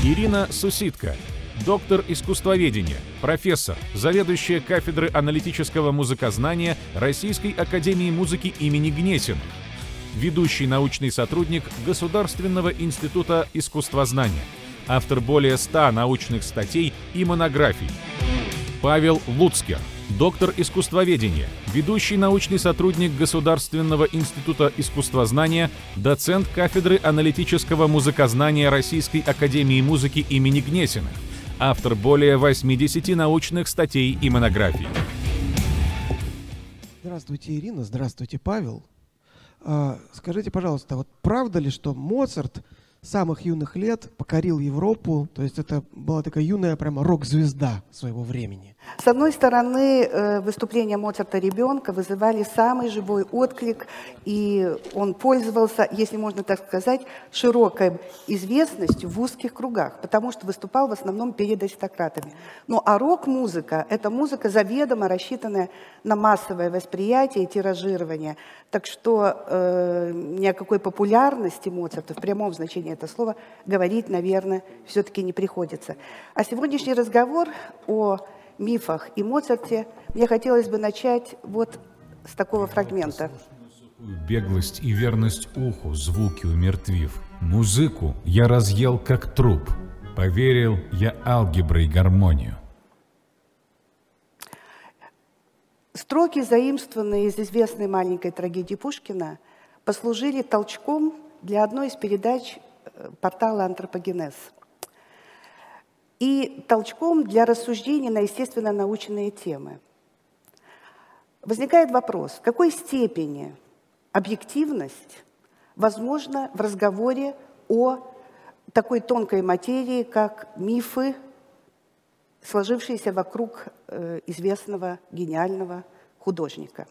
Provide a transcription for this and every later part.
Ирина Суситко, доктор искусствоведения, профессор, заведующая кафедры аналитического музыкознания Российской академии музыки имени Гнесиных, ведущий научный сотрудник Государственного института искусствознания, автор более 100 научных статей и монографий. Павел Луцкер, доктор искусствоведения, ведущий научный сотрудник Государственного института искусствознания, доцент кафедры аналитического музыкознания Российской академии музыки имени Гнесиных, автор более 80 научных статей и монографий. Здравствуйте, Ирина, здравствуйте, Павел. Скажите, пожалуйста, вот правда ли, что Моцарт с самых юных лет покорил Европу, то есть это была такая юная прямо рок-звезда своего времени? С одной стороны, выступления Моцарта ребенка вызывали самый живой отклик, и он пользовался, если можно так сказать, широкой известностью в узких кругах, потому что выступал в основном перед аристократами. Ну а рок-музыка – это музыка, заведомо рассчитанная на массовое восприятие и тиражирование. Так что ни о какой популярности Моцарта в прямом значении этого слова говорить, наверное, все-таки не приходится. А сегодняшний разговор о мифах и Моцарте мне хотелось бы начать вот с такого фрагмента. Беглость и верность уху, звуки умертвив. Музыку я разъел как труп. Поверил я алгеброй гармонию. Строки, заимствованные из известной маленькой трагедии Пушкина, послужили толчком для одной из передач портала «Антропогенез» и толчком для рассуждений на естественно-научные темы. Возникает вопрос, в какой степени объективность возможна в разговоре о такой тонкой материи, как мифы, сложившиеся вокруг известного гениального художника.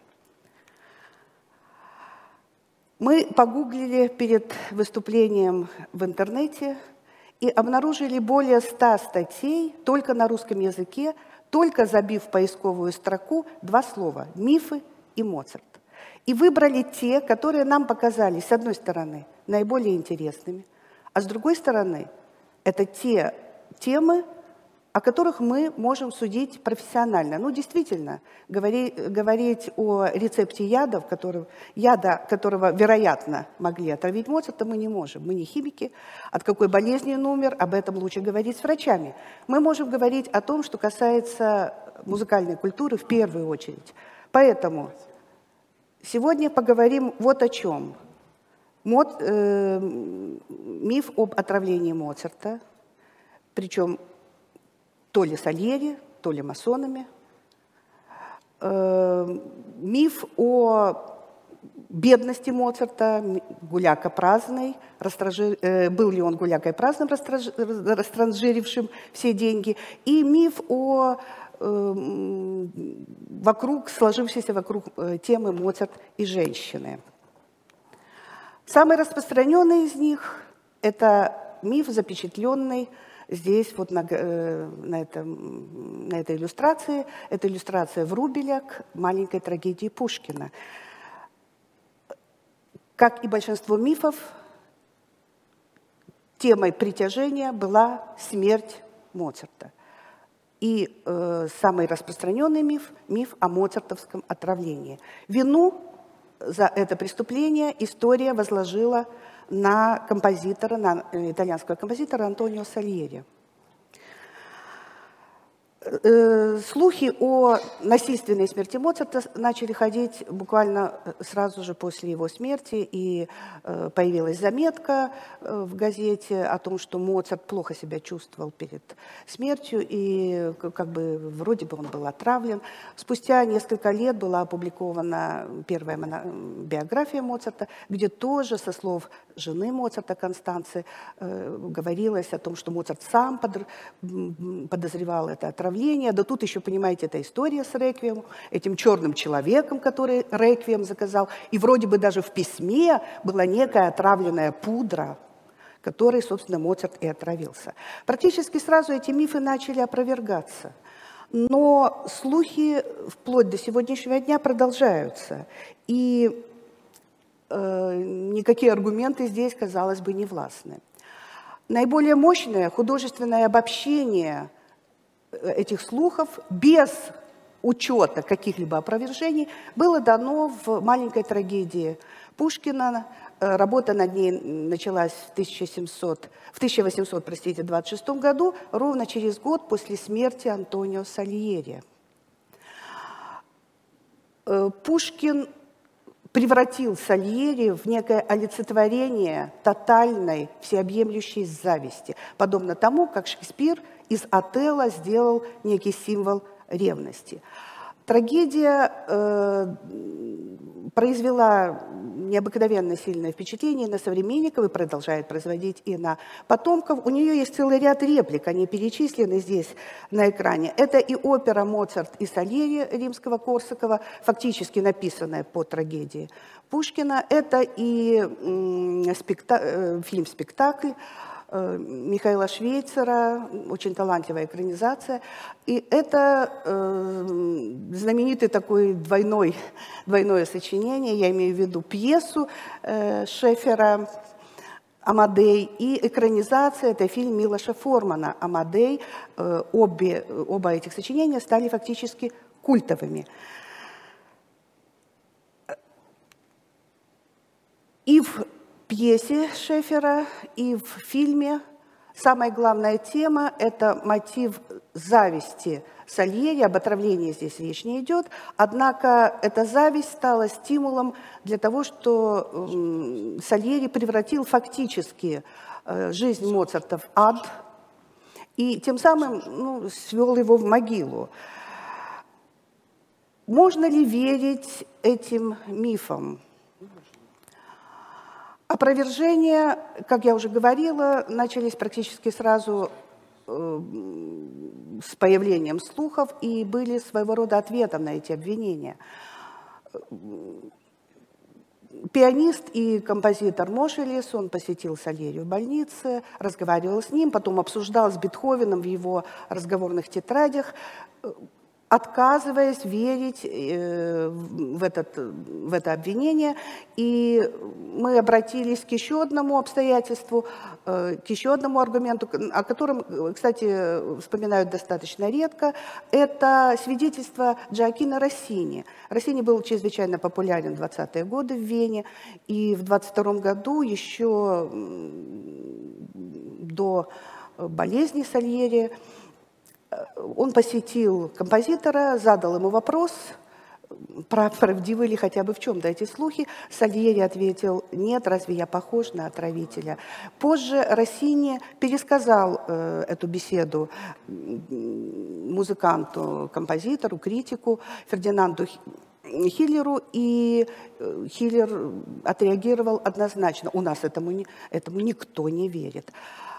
Мы погуглили перед выступлением в интернете и обнаружили более 100 статей только на русском языке, только забив в поисковую строку 2 слова – «мифы» и «Моцарт». И выбрали те, которые нам показались, с одной стороны, наиболее интересными, а с другой стороны, это те темы, о которых мы можем судить профессионально. Ну, действительно, говорить о рецепте яда, которого, вероятно, могли отравить Моцарта, мы не можем. Мы не химики. От какой болезни он умер, об этом лучше говорить с врачами. Мы можем говорить о том, что касается музыкальной культуры в первую очередь. Поэтому сегодня поговорим вот о чем. Миф об отравлении Моцарта, причем то ли Сальери, то ли масонами. Миф о бедности Моцарта, гуляка праздный, был ли он гулякой праздным, растранжирившим все деньги, и миф сложившийся вокруг темы Моцарт и женщины. Самый распространенный из них – это миф, запечатленный здесь, вот на этой иллюстрации, это иллюстрация Врубеля к маленькой трагедии Пушкина. Как и большинство мифов, темой притяжения была смерть Моцарта. И самый распространенный миф – миф о моцартовском отравлении. Вину за это преступление история возложила на итальянского композитора Антонио Сальери. Слухи о насильственной смерти Моцарта начали ходить буквально сразу же после его смерти, и появилась заметка в газете о том, что Моцарт плохо себя чувствовал перед смертью, и как бы вроде бы он был отравлен. Спустя несколько лет была опубликована первая биография Моцарта, где тоже со слов жены Моцарта Констанции говорилось о том, что Моцарт сам подозревал это отравление. Да тут еще, понимаете, эта история с реквиемом, этим черным человеком, который реквием заказал. И вроде бы даже в письме была некая отравленная пудра, которой, собственно, Моцарт и отравился. Практически сразу эти мифы начали опровергаться. Но слухи вплоть до сегодняшнего дня продолжаются. И никакие аргументы здесь, казалось бы, не властны. Наиболее мощное художественное обобщение этих слухов без учета каких-либо опровержений было дано в маленькой трагедии Пушкина. Работа над ней началась в 1826 году, ровно через год после смерти Антонио Сальери. Пушкин превратил Сальери в некое олицетворение тотальной, всеобъемлющей зависти, подобно тому, как Шекспир из Отелло сделал некий символ ревности. Трагедия произвела необыкновенно сильное впечатление на современников и продолжает производить и на потомков. У нее есть целый ряд реплик, они перечислены здесь на экране. Это и опера «Моцарт и Сальери» Римского-Корсакова, фактически написанная по трагедии Пушкина. Это и фильм-спектакль Михаила Швейцера, очень талантливая экранизация. И это знаменитый такой двойное сочинение, я имею в виду пьесу Шефера «Амадей» и экранизация, это фильм Милоша Формана «Амадей». Оба этих сочинения стали фактически культовыми. И в пьесе Шефера, и в фильме самая главная тема – это мотив зависти Сальери, об отравлении здесь речь не идет, однако эта зависть стала стимулом для того, что Сальери превратил фактически жизнь Моцарта в ад и тем самым свел его в могилу. Можно ли верить этим мифам? Опровержения, как я уже говорила, начались практически сразу с появлением слухов и были своего рода ответом на эти обвинения. Пианист и композитор Мошелес, он посетил Сальери в больнице, разговаривал с ним, потом обсуждал с Бетховеном в его разговорных тетрадях, отказываясь верить в это обвинение. И мы обратились к еще одному обстоятельству, к еще одному аргументу, о котором, кстати, вспоминают достаточно редко. Это свидетельство Джоаккино Россини. Россини был чрезвычайно популярен в 20-е годы в Вене, и в 22 году, еще до болезни Сальери, он посетил композитора, задал ему вопрос, правдивы ли хотя бы в чем-то эти слухи. Сальери ответил: нет, разве я похож на отравителя? Позже Россини пересказал эту беседу музыканту, композитору, критику Фердинанду Хиллеру, и Хиллер отреагировал однозначно: у нас этому никто не верит.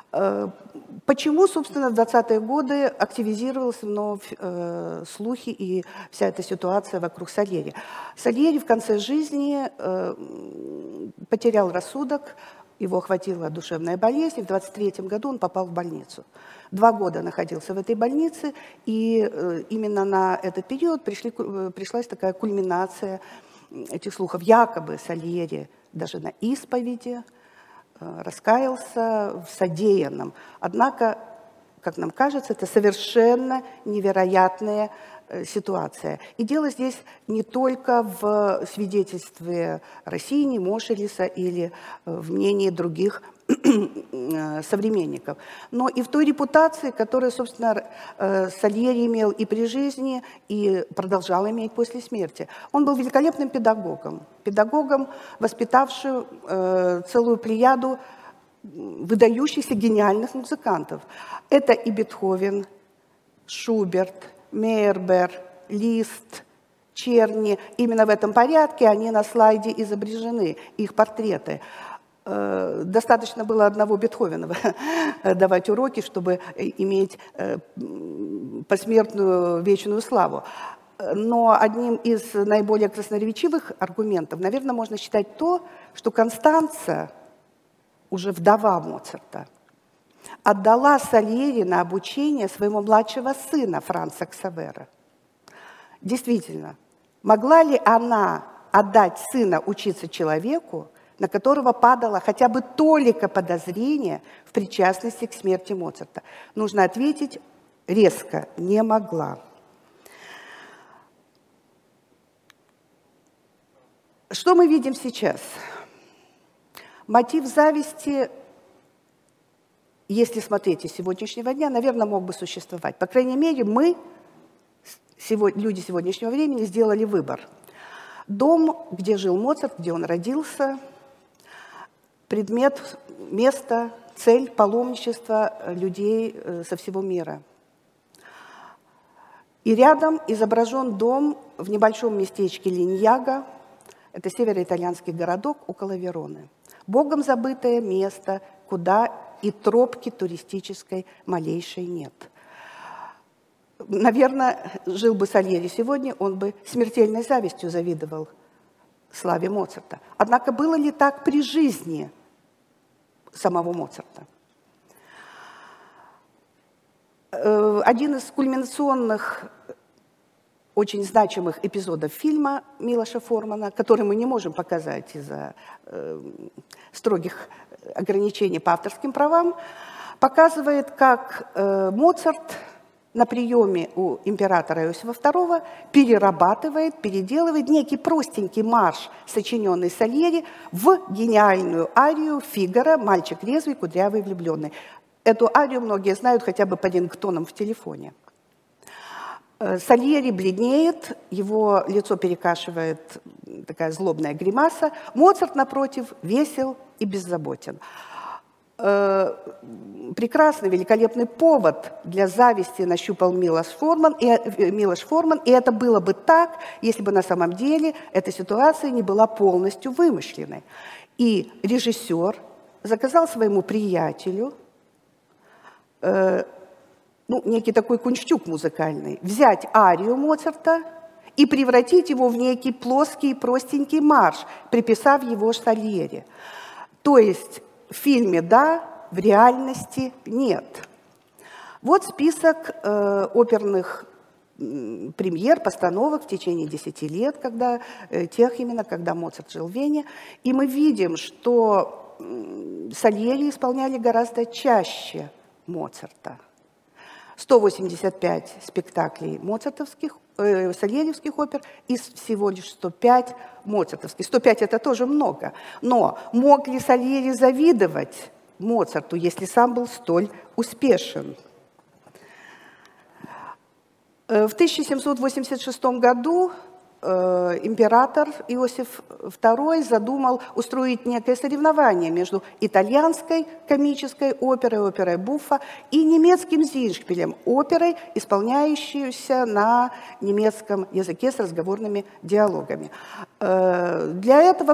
Почему, собственно, в 20-е годы активизировались вновь слухи и вся эта ситуация вокруг Сальери? Сальери в конце жизни потерял рассудок, его охватила душевная болезнь, и в 23-м году он попал в больницу. 2 года находился в этой больнице, и именно на этот период пришлась такая кульминация этих слухов. Якобы Сальери даже на исповеди раскаялся в содеянном. Однако, как нам кажется, это совершенно невероятная ситуация. И дело здесь не только в свидетельстве Россини, Мошелеса или в мнении других современников, но и в той репутации, которую, собственно, Сальери имел и при жизни, и продолжал иметь после смерти. Он был великолепным педагогом, воспитавшим целую плеяду выдающихся гениальных музыкантов. Это и Бетховен, Шуберт, Мейербер, Лист, Черни. Именно в этом порядке они на слайде изображены, их портреты. Достаточно было одного Бетховена давать уроки, чтобы иметь посмертную вечную славу. Но одним из наиболее красноречивых аргументов, наверное, можно считать то, что Констанца, уже вдова Моцарта, отдала Сальери на обучение своего младшего сына Франца Ксавера. Действительно, могла ли она отдать сына учиться человеку, на которого падало хотя бы толика подозрения в причастности к смерти Моцарта? Нужно ответить резко: не могла. Что мы видим сейчас? Мотив зависти, если смотреть из сегодняшнего дня, наверное, мог бы существовать. По крайней мере, мы, люди сегодняшнего времени, сделали выбор. Дом, где жил Моцарт, где он родился, предмет, место, цель паломничества людей со всего мира. И рядом изображен дом в небольшом местечке Линьяго, это североитальянский городок около Вероны. Богом забытое место, куда и тропки туристической малейшей нет. Наверное, жил бы Сальери сегодня, он бы смертельной завистью завидовал славе Моцарта. Однако было ли так при жизни самого Моцарта? Один из кульминационных, очень значимых эпизодов фильма Милоша Формана, который мы не можем показать из-за строгих ограничений по авторским правам, показывает, как Моцарт на приеме у императора Иосифа II перерабатывает, переделывает некий простенький марш, сочиненный Сальери, в гениальную арию Фигаро «Мальчик резвый, кудрявый, влюбленный». Эту арию многие знают хотя бы по рингтонам в телефоне. Сальери бледнеет, его лицо перекашивает такая злобная гримаса. Моцарт, напротив, весел и беззаботен. Прекрасный, великолепный повод для зависти нащупал Милош Форман, и это было бы так, если бы на самом деле эта ситуация не была полностью вымышленной. И режиссер заказал своему приятелю некий такой кунштюк музыкальный, взять арию Моцарта и превратить его в некий плоский, простенький марш, приписав его Сальери. То есть в фильме «да», в реальности «нет». Вот список оперных премьер, постановок в течение 10 лет, когда Моцарт жил в Вене. И мы видим, что Сальери исполняли гораздо чаще Моцарта. 185 спектаклей сальеревских опер из всего лишь 105 моцартовских. 105 – это тоже много. Но мог ли Сальери завидовать Моцарту, если сам был столь успешен? В 1786 году император Иосиф II задумал устроить некое соревнование между итальянской комической оперой, оперой Буффа, и немецким Зиншпилем, оперой, исполняющейся на немецком языке с разговорными диалогами. Для этого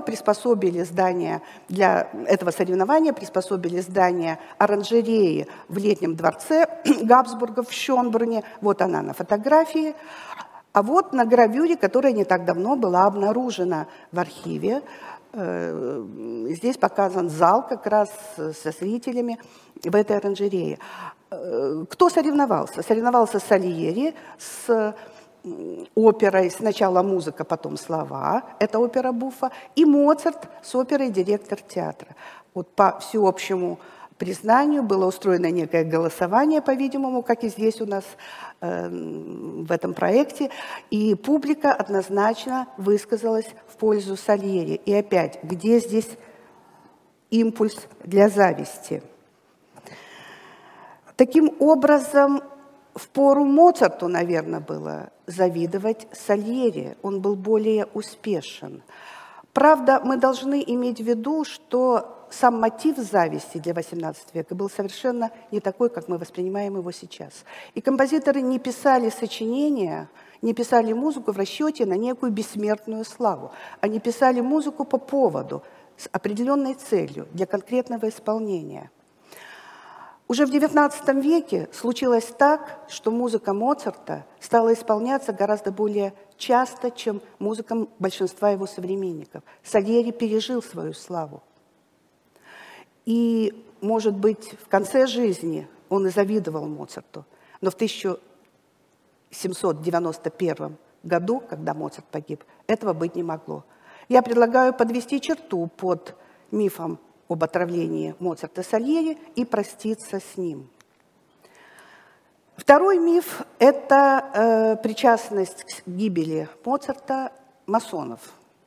соревнования приспособили здание оранжереи в летнем дворце Габсбургов в Шонбрунне. Вот она на фотографии. А вот на гравюре, которая не так давно была обнаружена в архиве, здесь показан зал как раз со зрителями в этой оранжерее. Кто соревновался? Соревновался Сальери с оперой, сначала музыка, потом слова, это опера Буффа, и Моцарт с оперой «Директор театра». Вот по всеобщему признанию было устроено некое голосование, по-видимому, как и здесь у нас в этом проекте, и публика однозначно высказалась в пользу Сальери. И опять, где здесь импульс для зависти? Таким образом, впору Моцарту, наверное, было завидовать Сальери, он был более успешен. Правда, мы должны иметь в виду, что сам мотив зависти для XVIII века был совершенно не такой, как мы воспринимаем его сейчас. И композиторы не писали сочинения, не писали музыку в расчете на некую бессмертную славу. Они писали музыку по поводу, с определенной целью, для конкретного исполнения. Уже в XIX веке случилось так, что музыка Моцарта стала исполняться гораздо более часто, чем музыка большинства его современников. Сальери пережил свою славу. И, может быть, в конце жизни он и завидовал Моцарту. Но в 1791 году, когда Моцарт погиб, этого быть не могло. Я предлагаю подвести черту под мифом об отравлении Моцарта Сальери и проститься с ним. Второй миф – это причастность к гибели Моцарта масонов.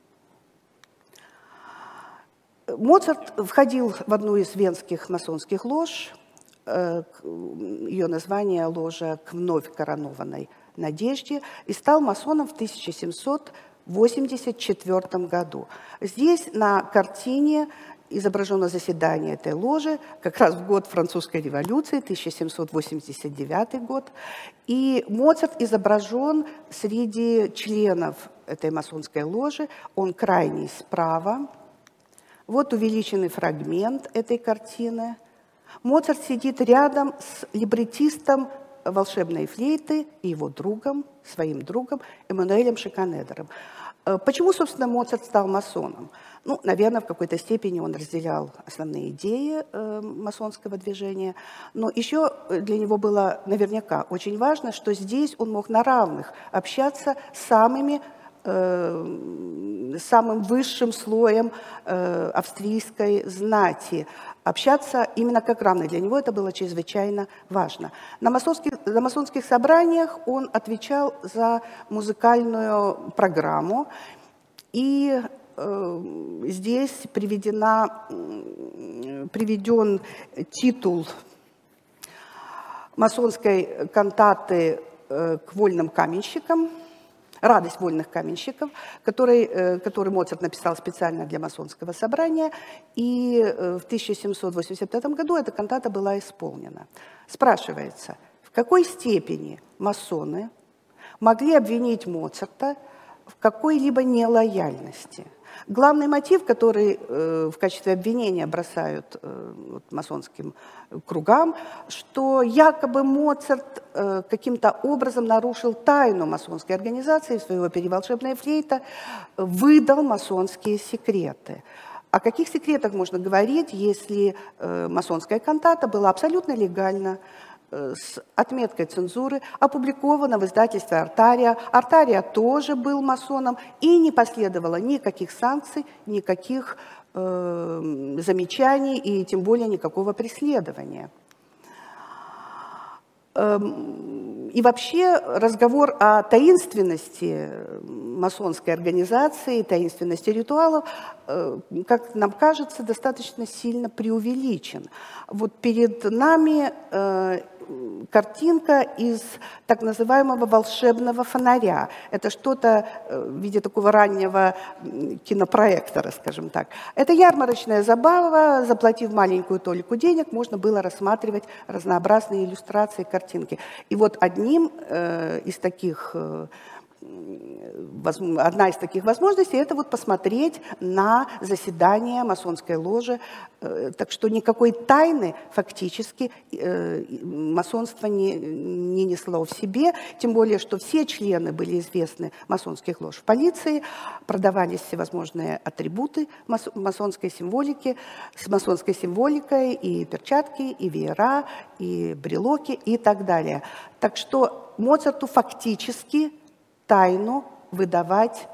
Моцарт входил в одну из венских масонских лож, ее название «Ложа к вновь коронованной надежде», и стал масоном в 1784 году. Здесь на картине изображено заседание этой ложи, как раз в год Французской революции, 1789 год. И Моцарт изображен среди членов этой масонской ложи, он крайний справа. Вот увеличенный фрагмент этой картины. Моцарт сидит рядом с либретистом волшебной флейты и его другом, своим другом Эммануэлем Шиканедером. Почему, собственно, Моцарт стал масоном? Ну, наверное, в какой-то степени он разделял основные идеи масонского движения, но еще для него было наверняка очень важно, что здесь он мог на равных общаться с самым высшим слоем австрийской знати, общаться именно как равный. Для него это было чрезвычайно важно. На масонских собраниях он отвечал за музыкальную программу, и здесь приведен титул масонской кантаты к вольным каменщикам, «Радость вольных каменщиков», который Моцарт написал специально для масонского собрания, и в 1785 году эта кантата была исполнена. Спрашивается, в какой степени масоны могли обвинить Моцарта в какой-либо нелояльности? Главный мотив, который в качестве обвинения бросают масонским кругам, что якобы Моцарт каким-то образом нарушил тайну масонской организации, своего переволшебная флейта, выдал масонские секреты. О каких секретах можно говорить, если масонская кантата была абсолютно легальна, с отметкой цензуры, опубликовано в издательстве «Артария». «Артария» тоже был масоном, и не последовало никаких санкций, никаких замечаний и тем более никакого преследования. И вообще разговор о таинственности масонской организации, таинственности ритуалов, как нам кажется, достаточно сильно преувеличен. Вот перед нами картинка из так называемого волшебного фонаря. Это что-то в виде такого раннего кинопроектора, скажем так. Это ярмарочная забава. Заплатив маленькую толику денег, можно было рассматривать разнообразные иллюстрации картинки. И вот одна из таких возможностей – это вот посмотреть на заседание масонской ложи. Так что никакой тайны фактически масонство не несло в себе, тем более, что все члены были известны масонских лож в полиции, продавались всевозможные атрибуты масонской символики, с масонской символикой и перчатки, и веера, и брелоки и так далее. Так что Моцарту фактически тайну выдать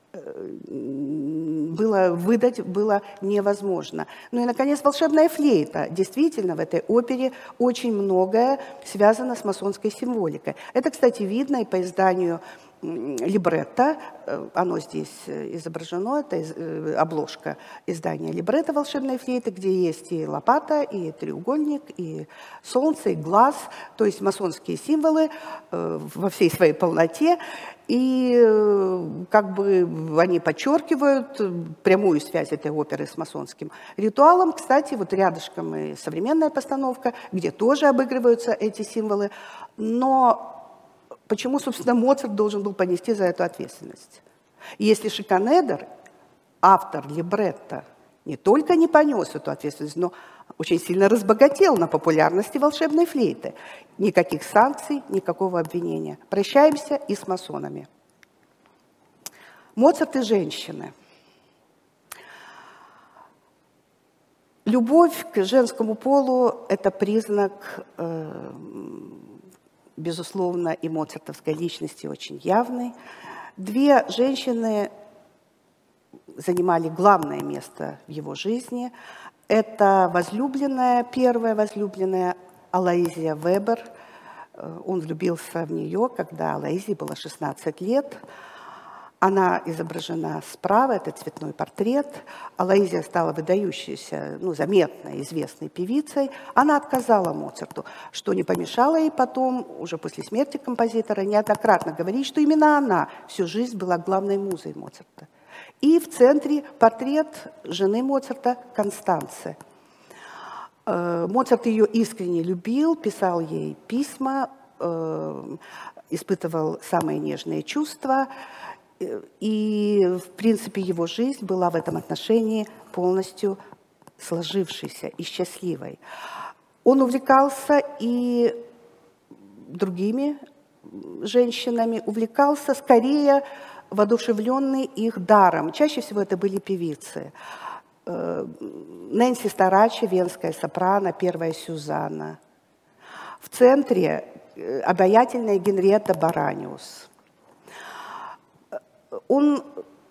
было невозможно. Ну и, наконец, волшебная флейта. Действительно, в этой опере очень многое связано с масонской символикой. Это, кстати, видно и по изданию либретто, оно здесь изображено, это обложка издания либретто волшебной флейты, где есть и лопата, и треугольник, и солнце, и глаз, то есть масонские символы во всей своей полноте. И как бы они подчеркивают прямую связь этой оперы с масонским ритуалом. Кстати, вот рядышком и современная постановка, где тоже обыгрываются эти символы. Но почему, собственно, Моцарт должен был понести за эту ответственность? Если Шиканедер, автор либретто, не только не понес эту ответственность, но очень сильно разбогател на популярности волшебной флейты. Никаких санкций, никакого обвинения. Прощаемся и с масонами. Моцарт и женщины. Любовь к женскому полу – это признак, безусловно, и моцартовской личности очень явный. Две женщины занимали главное место в его жизни. Это возлюбленная, первая возлюбленная Алоизия Вебер. Он влюбился в нее, когда Алоизии было 16 лет. Она изображена справа, это цветной портрет. Алоизия стала выдающейся, заметной, известной певицей. Она отказала Моцарту, что не помешало ей потом, уже после смерти композитора, неоднократно говорить, что именно она всю жизнь была главной музой Моцарта. И в центре портрет жены Моцарта Констанцы. Моцарт ее искренне любил, писал ей письма, испытывал самые нежные чувства. И, в принципе, его жизнь была в этом отношении полностью сложившейся и счастливой. Он увлекался и другими женщинами, увлекался скорее воодушевленный их даром. Чаще всего это были певицы. Нэнси Старачи, венская сопрано, первая Сюзанна. В центре обаятельная Генриетта Бараниус. Он,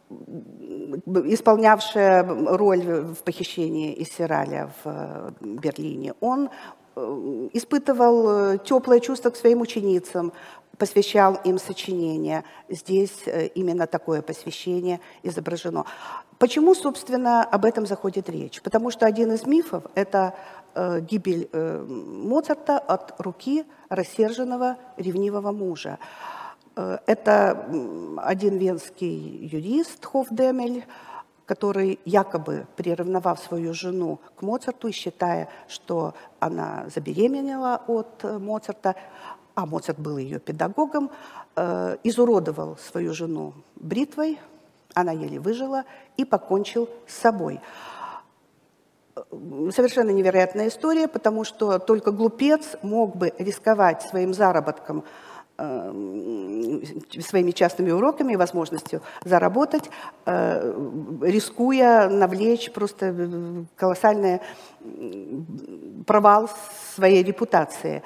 исполнявшая роль в похищении Иссираля в Берлине, он испытывал теплое чувство к своим ученицам, посвящал им сочинения. Здесь именно такое посвящение изображено. Почему, собственно, об этом заходит речь? Потому что один из мифов – это гибель Моцарта от руки рассерженного, ревнивого мужа. Это один венский юрист Хофдемель, который, якобы приревновав свою жену к Моцарту и считая, что она забеременела от Моцарта, а Моцарт был ее педагогом, изуродовал свою жену бритвой, она еле выжила, и покончил с собой. Совершенно невероятная история, потому что только глупец мог бы рисковать своим заработком, своими частными уроками и возможностью заработать, рискуя навлечь просто колоссальный провал своей репутации.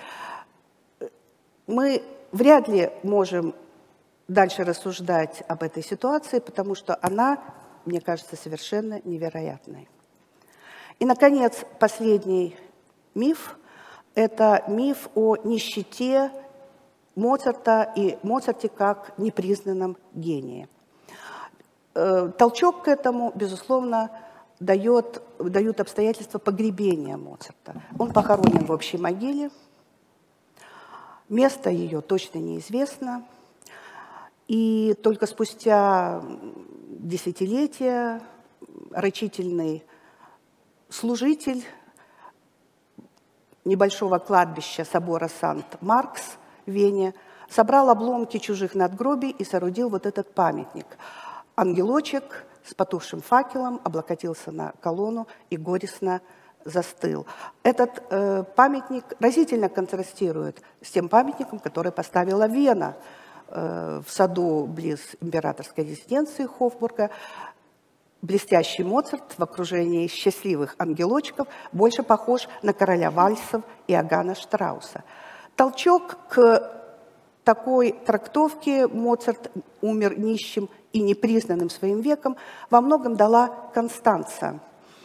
Мы вряд ли можем дальше рассуждать об этой ситуации, потому что она, мне кажется, совершенно невероятной. И, наконец, последний миф – это миф о нищете Моцарта и Моцарте как непризнанном гении. Толчок к этому, безусловно, дают обстоятельства погребения Моцарта. Он похоронен в общей могиле, место ее точно неизвестно, и только спустя десятилетия рачительный служитель небольшого кладбища собора Санкт-Маркс в Вене собрал обломки чужих надгробий и соорудил вот этот памятник. Ангелочек с потухшим факелом облокотился на колонну и горестно застыл. Этот памятник разительно контрастирует с тем памятником, который поставила Вена в саду близ императорской резиденции Хофбурга. Блестящий Моцарт в окружении счастливых ангелочков больше похож на короля вальсов Иоганна Штрауса. Толчок к такой трактовке «Моцарт умер нищим и непризнанным своим веком» во многом дала Констанца,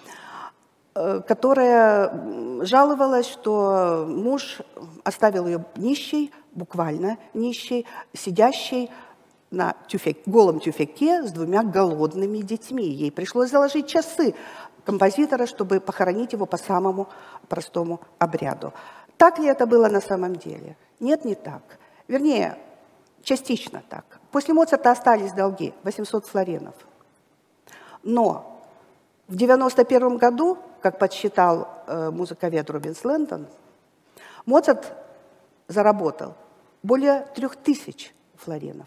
которая жаловалась, что муж оставил ее нищей, буквально нищей, сидящей на голом тюфяке с двумя голодными детьми. Ей пришлось заложить часы композитора, чтобы похоронить его по самому простому обряду. Так ли это было на самом деле? Нет, не так. Вернее, частично так. После Моцарта остались долги, 800 флоринов. Но в 1991 году, как подсчитал музыковед Рубенс Лэндон, Моцарт заработал более 3000 флоринов.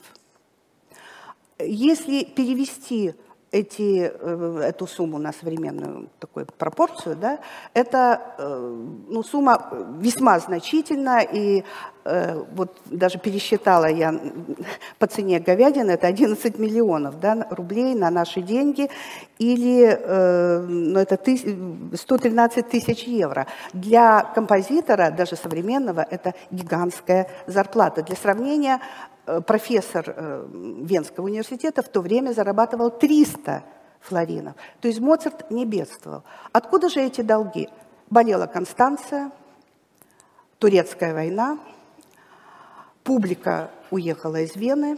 Если перевести эту сумму на современную такую пропорцию, да, это сумма весьма значительна, и вот даже пересчитала я по цене говядины, это 11 миллионов рублей на наши деньги, или это 113 тысяч евро. Для композитора, даже современного, это гигантская зарплата. Для сравнения, профессор Венского университета в то время зарабатывал 300 флоринов. То есть Моцарт не бедствовал. Откуда же эти долги? Болела Констанция, Турецкая война, публика уехала из Вены,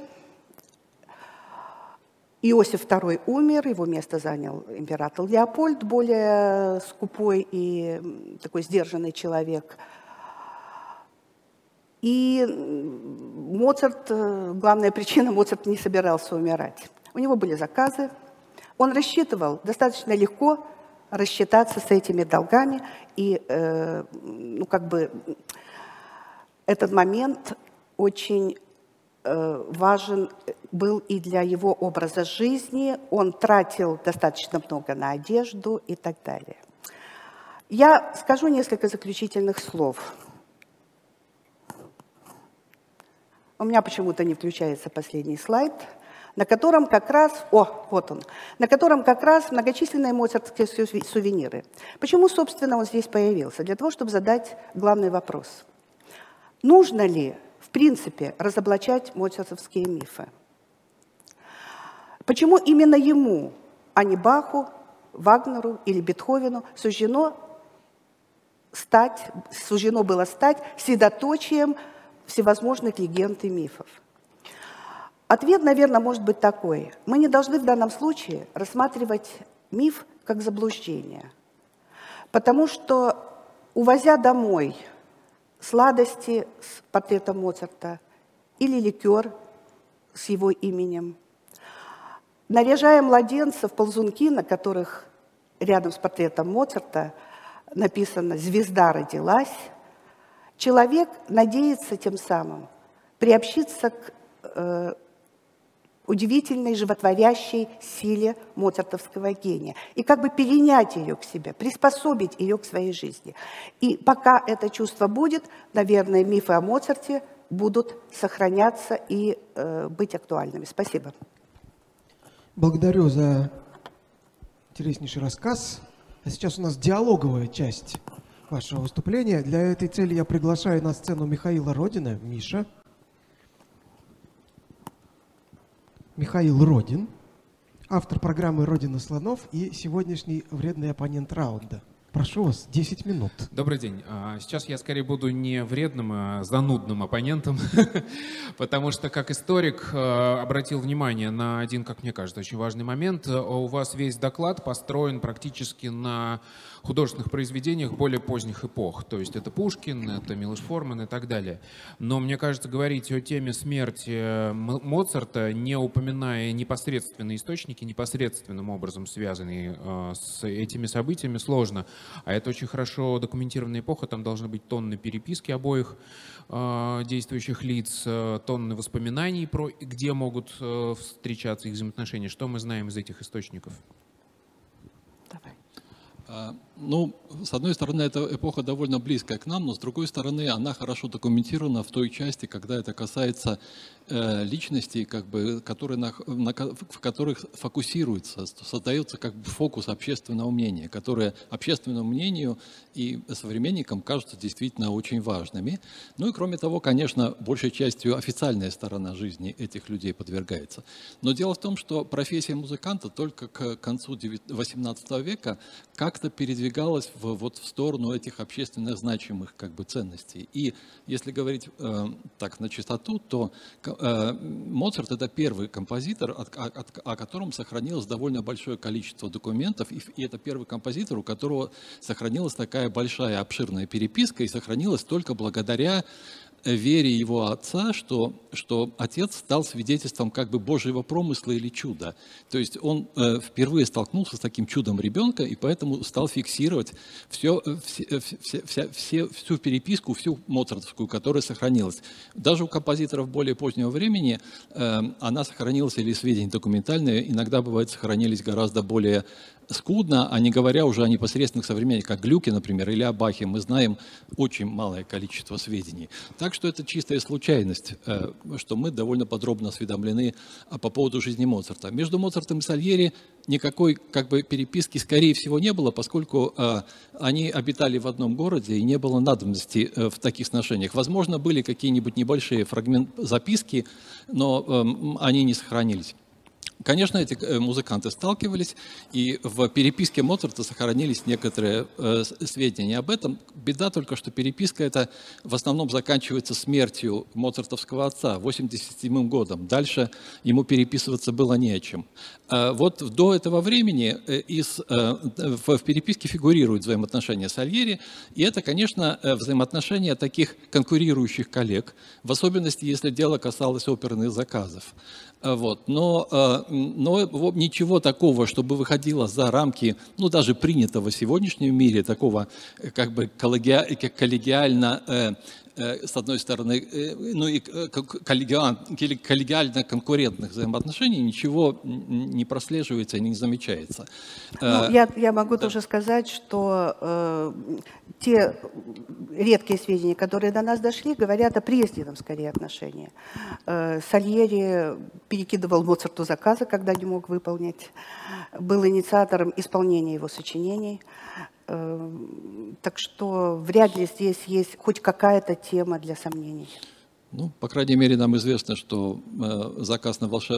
Иосиф II умер, его место занял император Леопольд, более скупой и такой сдержанный человек. И Моцарт, главная причина, Моцарт не собирался умирать. У него были заказы, он рассчитывал достаточно легко рассчитаться с этими долгами, и этот момент очень важен был и для его образа жизни. Он тратил достаточно много на одежду и так далее. Я скажу несколько заключительных слов. У меня почему-то не включается последний слайд, на котором как раз, на котором как раз многочисленные моцартские сувениры. Почему, собственно, он здесь появился? Для того, чтобы задать главный вопрос. Нужно ли в принципе разоблачать моцартовские мифы? Почему именно ему, а не Баху, Вагнеру или Бетховену суждено было стать средоточием всевозможных легенд и мифов? Ответ, наверное, может быть такой. Мы не должны в данном случае рассматривать миф как заблуждение, потому что, увозя домой сладости с портретом Моцарта или ликер с его именем, наряжая младенцев в ползунки, на которых рядом с портретом Моцарта написано «Звезда родилась», человек надеется тем самым приобщиться к удивительной животворящей силе моцартовского гения и как бы перенять ее к себе, приспособить ее к своей жизни. И пока это чувство будет, наверное, мифы о Моцарте будут сохраняться и быть актуальными. Спасибо. Благодарю за интереснейший рассказ. А сейчас у нас диалоговая часть вашего выступления. Для этой цели я приглашаю на сцену Михаила Родина. Миша. Михаил Родин, автор программы «Родина слонов» и сегодняшний вредный оппонент раунда. Прошу вас, 10 минут. Добрый день. Сейчас я скорее буду не вредным, а занудным оппонентом, потому что как историк обратил внимание на один, как мне кажется, очень важный момент. У вас весь доклад построен практически на художественных произведениях более поздних эпох. То есть это Пушкин, это Милош Форман и так далее. Но мне кажется, говорить о теме смерти Моцарта, не упоминая непосредственные источники, непосредственным образом связанные с этими событиями, сложно. А это очень хорошо документированная эпоха, там должны быть тонны переписки обоих действующих лиц, тонны воспоминаний про где могут встречаться их взаимоотношения. Что мы знаем из этих источников? Давай. Ну, с одной стороны, эта эпоха довольно близкая к нам, но с другой стороны, она хорошо документирована в той части, когда это касается личностей, как бы, в которых фокусируется, создается как бы фокус общественного мнения, которые общественному мнению и современникам кажутся действительно очень важными. Ну и кроме того, конечно, большей частью официальная сторона жизни этих людей подвергается. Но дело в том, что профессия музыканта только к концу XVIII века как-то передвигалась в сторону этих общественно значимых как бы ценностей. И если говорить так на чистоту, то Моцарт — это первый композитор, о котором сохранилось довольно большое количество документов, и это первый композитор, у которого сохранилась такая большая обширная переписка, и сохранилась только благодаря вере его отца, что отец стал свидетельством как бы Божьего промысла или чуда. То есть он впервые столкнулся с таким чудом ребенка, и поэтому стал фиксировать всю переписку, всю моцартовскую, которая сохранилась. Даже у композиторов более позднего времени она сохранилась, или сведения документальные, иногда, бывает, сохранились гораздо более скудно, а не говоря уже о непосредственных современниках, как Глюке, например, или о Бахе, мы знаем очень малое количество сведений. Так что это чистая случайность, что мы довольно подробно осведомлены по поводу жизни Моцарта. Между Моцартом и Сальери никакой как бы переписки, скорее всего, не было, поскольку они обитали в одном городе и не было надобности в таких сношениях. Возможно, были какие-нибудь небольшие записки, но они не сохранились. Конечно, эти музыканты сталкивались, и в переписке Моцарта сохранились некоторые сведения об этом. Беда только, что переписка эта в основном заканчивается смертью моцартовского отца 1987 годом. Дальше ему переписываться было не о чем. Вот до этого времени в переписке фигурируют взаимоотношения Сальери, и это, конечно, взаимоотношения таких конкурирующих коллег, в особенности, если дело касалось оперных заказов. Вот. Но ничего такого, чтобы выходило за рамки, ну, даже принятого в сегодняшнем мире, такого как бы коллегиально, с одной стороны, ну и коллегиально конкурентных взаимоотношений, ничего не прослеживается и не замечается. Ну, я могу тоже сказать, что те редкие сведения, которые до нас дошли, говорят о прежнем, скорее, отношении. Сальери перекидывал Моцарту заказы, когда не мог выполнить, был инициатором исполнения его сочинений. Так что вряд ли здесь есть хоть какая-то тема для сомнений. Ну, по крайней мере, нам известно, что заказ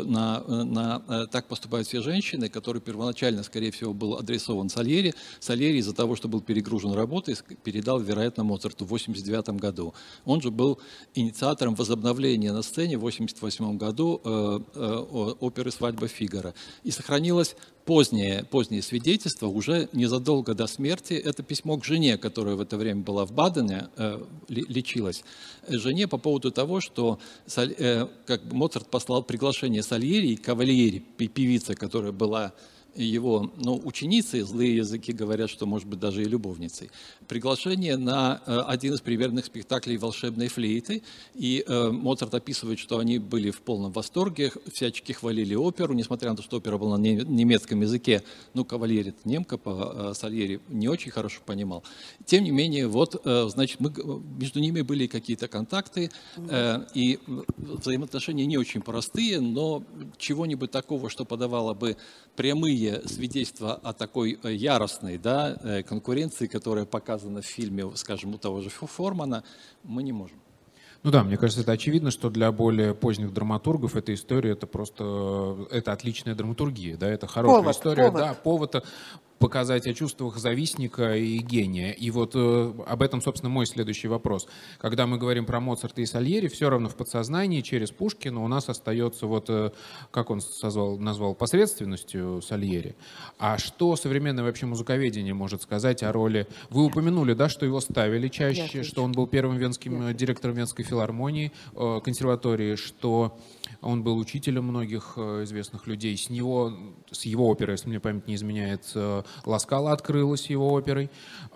«Так поступают все женщины», который первоначально, скорее всего, был адресован Сальери. Сальери из-за того, что был перегружен работой, передал, вероятно, Моцарту в 1989 году. Он же был инициатором возобновления на сцене в 1988 году оперы «Свадьба Фигаро». И сохранилось позднее свидетельство, уже незадолго до смерти, это письмо к жене, которая в это время была в Бадене, лечилась, жене по поводу того, что Моцарт послал приглашение Сальери и Кавальери, певица, которая была его ученицей, злые языки говорят, что, может быть, даже и любовницей, приглашение на один из премьерных спектаклей «Волшебной флейты». И Моцарт описывает, что они были в полном восторге, всячески хвалили оперу, несмотря на то, что опера была на немецком языке. Ну, Кавальери — это немка, по Сальери не очень хорошо понимал. Тем не менее, вот, значит, между ними были какие-то контакты, и взаимоотношения не очень простые, но чего-нибудь такого, что подавало бы прямые свидетельства о такой яростной конкуренции, которая показана в фильме, скажем, у того же Формана, мы не можем. Ну да, мне кажется, это очевидно, что для более поздних драматургов эта история это отличная драматургия, да, это хорошая история, да, повод показать о чувствах завистника и гения. И вот об этом, собственно, мой следующий вопрос. Когда мы говорим про Моцарта и Сальери, все равно в подсознании через Пушкина у нас остается как он назвал, посредственностью Сальери. А что современное вообще музыковедение может сказать о роли? Вы упомянули, да, что его ставили чаще, что он был первым директором Венской филармонии, консерватории, что он был учителем многих известных людей. С его оперой, если мне память не изменяет, «Ла Скала» открылась его оперой.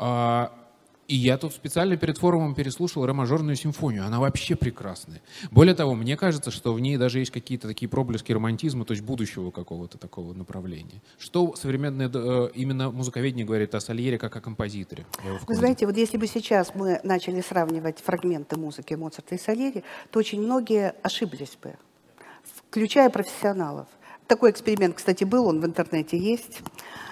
И я тут специально перед форумом переслушал ре-мажорную симфонию. Она вообще прекрасная. Более того, мне кажется, что в ней даже есть какие-то такие проблески романтизма, то есть будущего какого-то такого направления. Что современное именно музыковедение говорит о Сальери как о композиторе? Вы знаете, вот если бы сейчас мы начали сравнивать фрагменты музыки Моцарта и Сальери, то очень многие ошиблись бы, включая профессионалов. Такой эксперимент, кстати, был, он в интернете есть.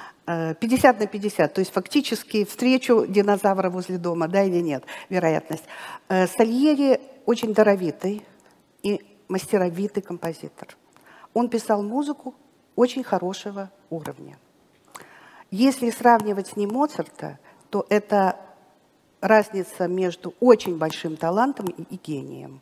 50 на 50, то есть фактически встречу динозавра возле дома, да или нет, вероятность. Сальери очень даровитый и мастеровитый композитор. Он писал музыку очень хорошего уровня. Если сравнивать с ним Моцарта, то это разница между очень большим талантом и гением.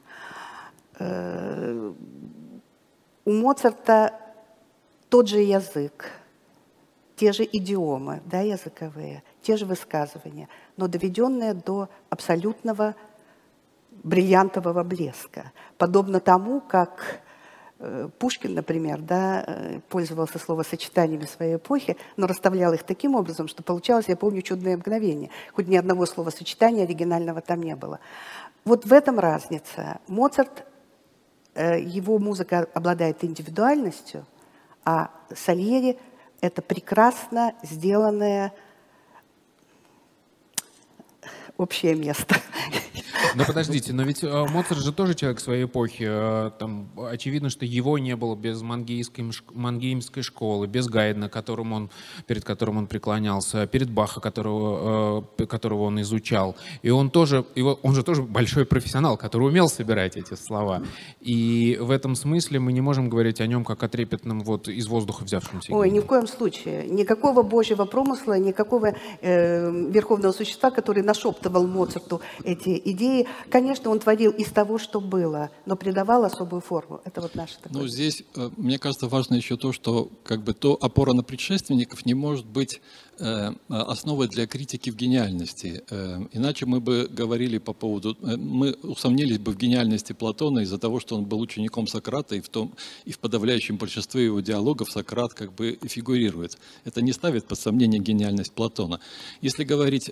У Моцарта тот же язык, те же идиомы, да, языковые, те же высказывания, но доведенные до абсолютного бриллиантового блеска. Подобно тому, как Пушкин, например, да, пользовался словосочетаниями своей эпохи, но расставлял их таким образом, что получалось, я помню, чудное мгновение. Хоть ни одного словосочетания оригинального там не было. Вот в этом разница. Моцарт, его музыка обладает индивидуальностью, а Сальери — это прекрасно сделанное общее место. Но подождите, но ведь Моцарт же тоже человек своей эпохи. Там очевидно, что его не было без Мангеймской школы, без Гайдна, перед которым он преклонялся, перед Баха, которого он изучал. И он же тоже большой профессионал, который умел собирать эти слова. И в этом смысле мы не можем говорить о нем как о трепетном из воздуха взявшемся. Ой, ни в коем случае. Никакого божьего промысла, никакого верховного существа, который нашептывал Моцарту эти идеи. Конечно, он творил из того, что было, но придавал особую форму. Это вот наше такое. Ну, здесь, мне кажется, важно еще то, что опора на предшественников не может быть основой для критики в гениальности. Иначе мы бы говорили по поводу... Мы усомнились бы в гениальности Платона из-за того, что он был учеником Сократа, и в подавляющем большинстве его диалогов Сократ фигурирует. Это не ставит под сомнение гениальность Платона. Если говорить...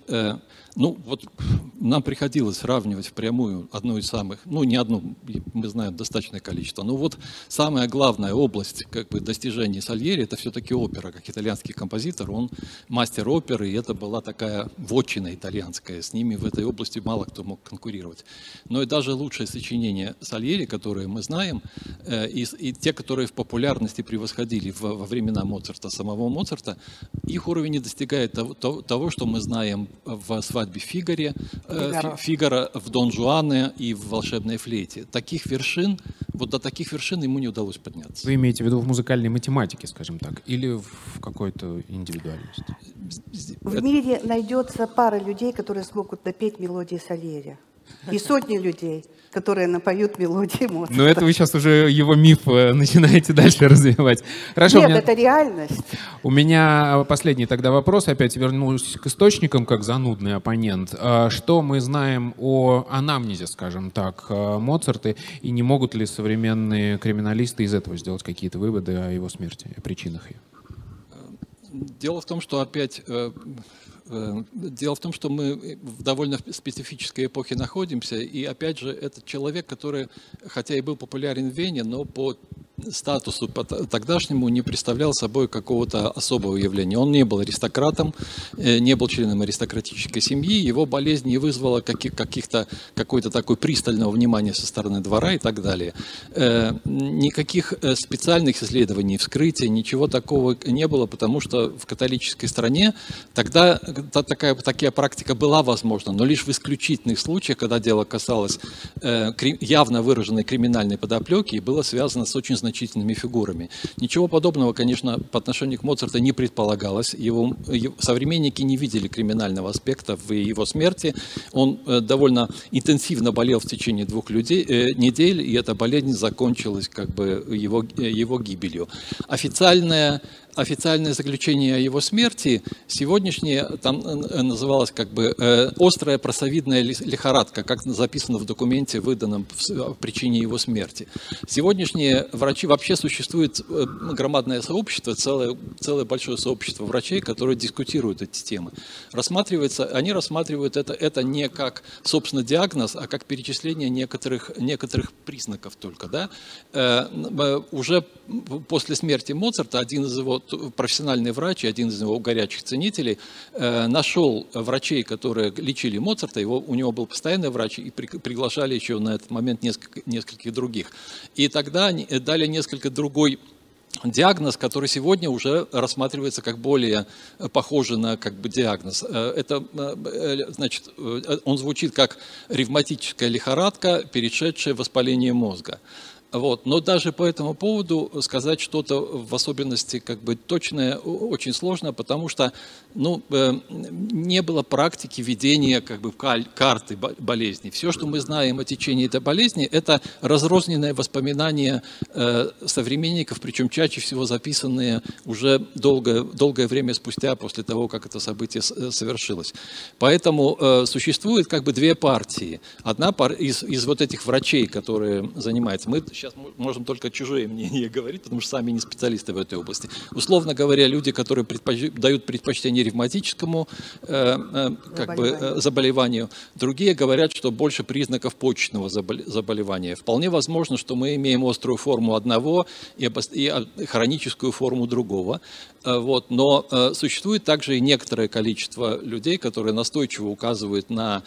нам приходилось сравнивать впрямую одну из самых... не одну, мы знаем достаточное количество. Но вот самая главная область достижений Сальери — это все-таки опера. Как итальянский композитор, он мастер оперы, и это была такая вотчина итальянская. С ними в этой области мало кто мог конкурировать. Но и даже лучшие сочинения Сальери, которые мы знаем, и те, которые в популярности превосходили во времена Моцарта, самого Моцарта, их уровень не достигает того, что мы знаем в «Свадьбе Фигаро, в Дон Жуане и в «Волшебной флейте». Таких вершин, до таких вершин ему не удалось подняться. Вы имеете в виду в музыкальной математике, скажем так, или в какой-то индивидуальности? В мире найдется пара людей, которые смогут напеть мелодии Сальери. И сотни людей, которые напоют мелодии Моцарта. Но это вы сейчас уже его миф начинаете дальше развивать. Хорошо, Нет, это реальность. У меня последний тогда вопрос. Опять вернусь к источникам, как занудный оппонент. Что мы знаем о анамнезе, скажем так, Моцарта, и не могут ли современные криминалисты из этого сделать какие-то выводы о его смерти, о причинах ее? Дело в том, что мы в довольно специфической эпохе находимся, и опять же, этот человек, который, хотя и был популярен в Вене, но по статусу по тогдашнему не представлял собой какого-то особого явления. Он не был аристократом, не был членом аристократической семьи, его болезнь не вызвала какой-то такой пристального внимания со стороны двора и так далее. Никаких специальных исследований, вскрытий, ничего такого не было, потому что в католической стране тогда такая практика была возможна, но лишь в исключительных случаях, когда дело касалось явно выраженной криминальной подоплеки и было связано с очень значительными фигурами. Ничего подобного, конечно, по отношению к Моцарту не предполагалось. Его современники не видели криминального аспекта в его смерти. Он довольно интенсивно болел в течение 2 недель, и эта болезнь закончилась его гибелью. Официальное заключение о его смерти сегодняшнее там называлось острая просовидная лихорадка, как записано в документе, выданном в причине его смерти. Сегодняшние врачи, вообще существует громадное сообщество, целое большое сообщество врачей, которые дискутируют эти темы. Они рассматривают это не как, собственно, диагноз, а как перечисление некоторых признаков только. Да? Уже после смерти Моцарта один из его профессиональный врач, один из его горячих ценителей, нашел врачей, которые лечили Моцарта, у него был постоянный врач, и приглашали еще на этот момент нескольких других. И тогда дали несколько другой диагноз, который сегодня уже рассматривается как более похожий на диагноз. Он звучит как ревматическая лихорадка, перешедшая в воспаление мозга. Но даже по этому поводу сказать что-то в особенности точное очень сложно, потому что не было практики ведения карты болезни. Все, что мы знаем о течении этой болезни, это разрозненные воспоминания современников, причем чаще всего записанные уже долгое время спустя после того, как это событие совершилось. Поэтому существует 2 партии. Одна из вот этих врачей, которые занимаются, мы сейчас сейчас можем только чужие мнения говорить, потому что сами не специалисты в этой области. Условно говоря, люди, которые дают предпочтение ревматическому заболеванию, другие говорят, что больше признаков почечного заболевания. Вполне возможно, что мы имеем острую форму одного и хроническую форму другого. Вот. Но существует также и некоторое количество людей, которые настойчиво указывают на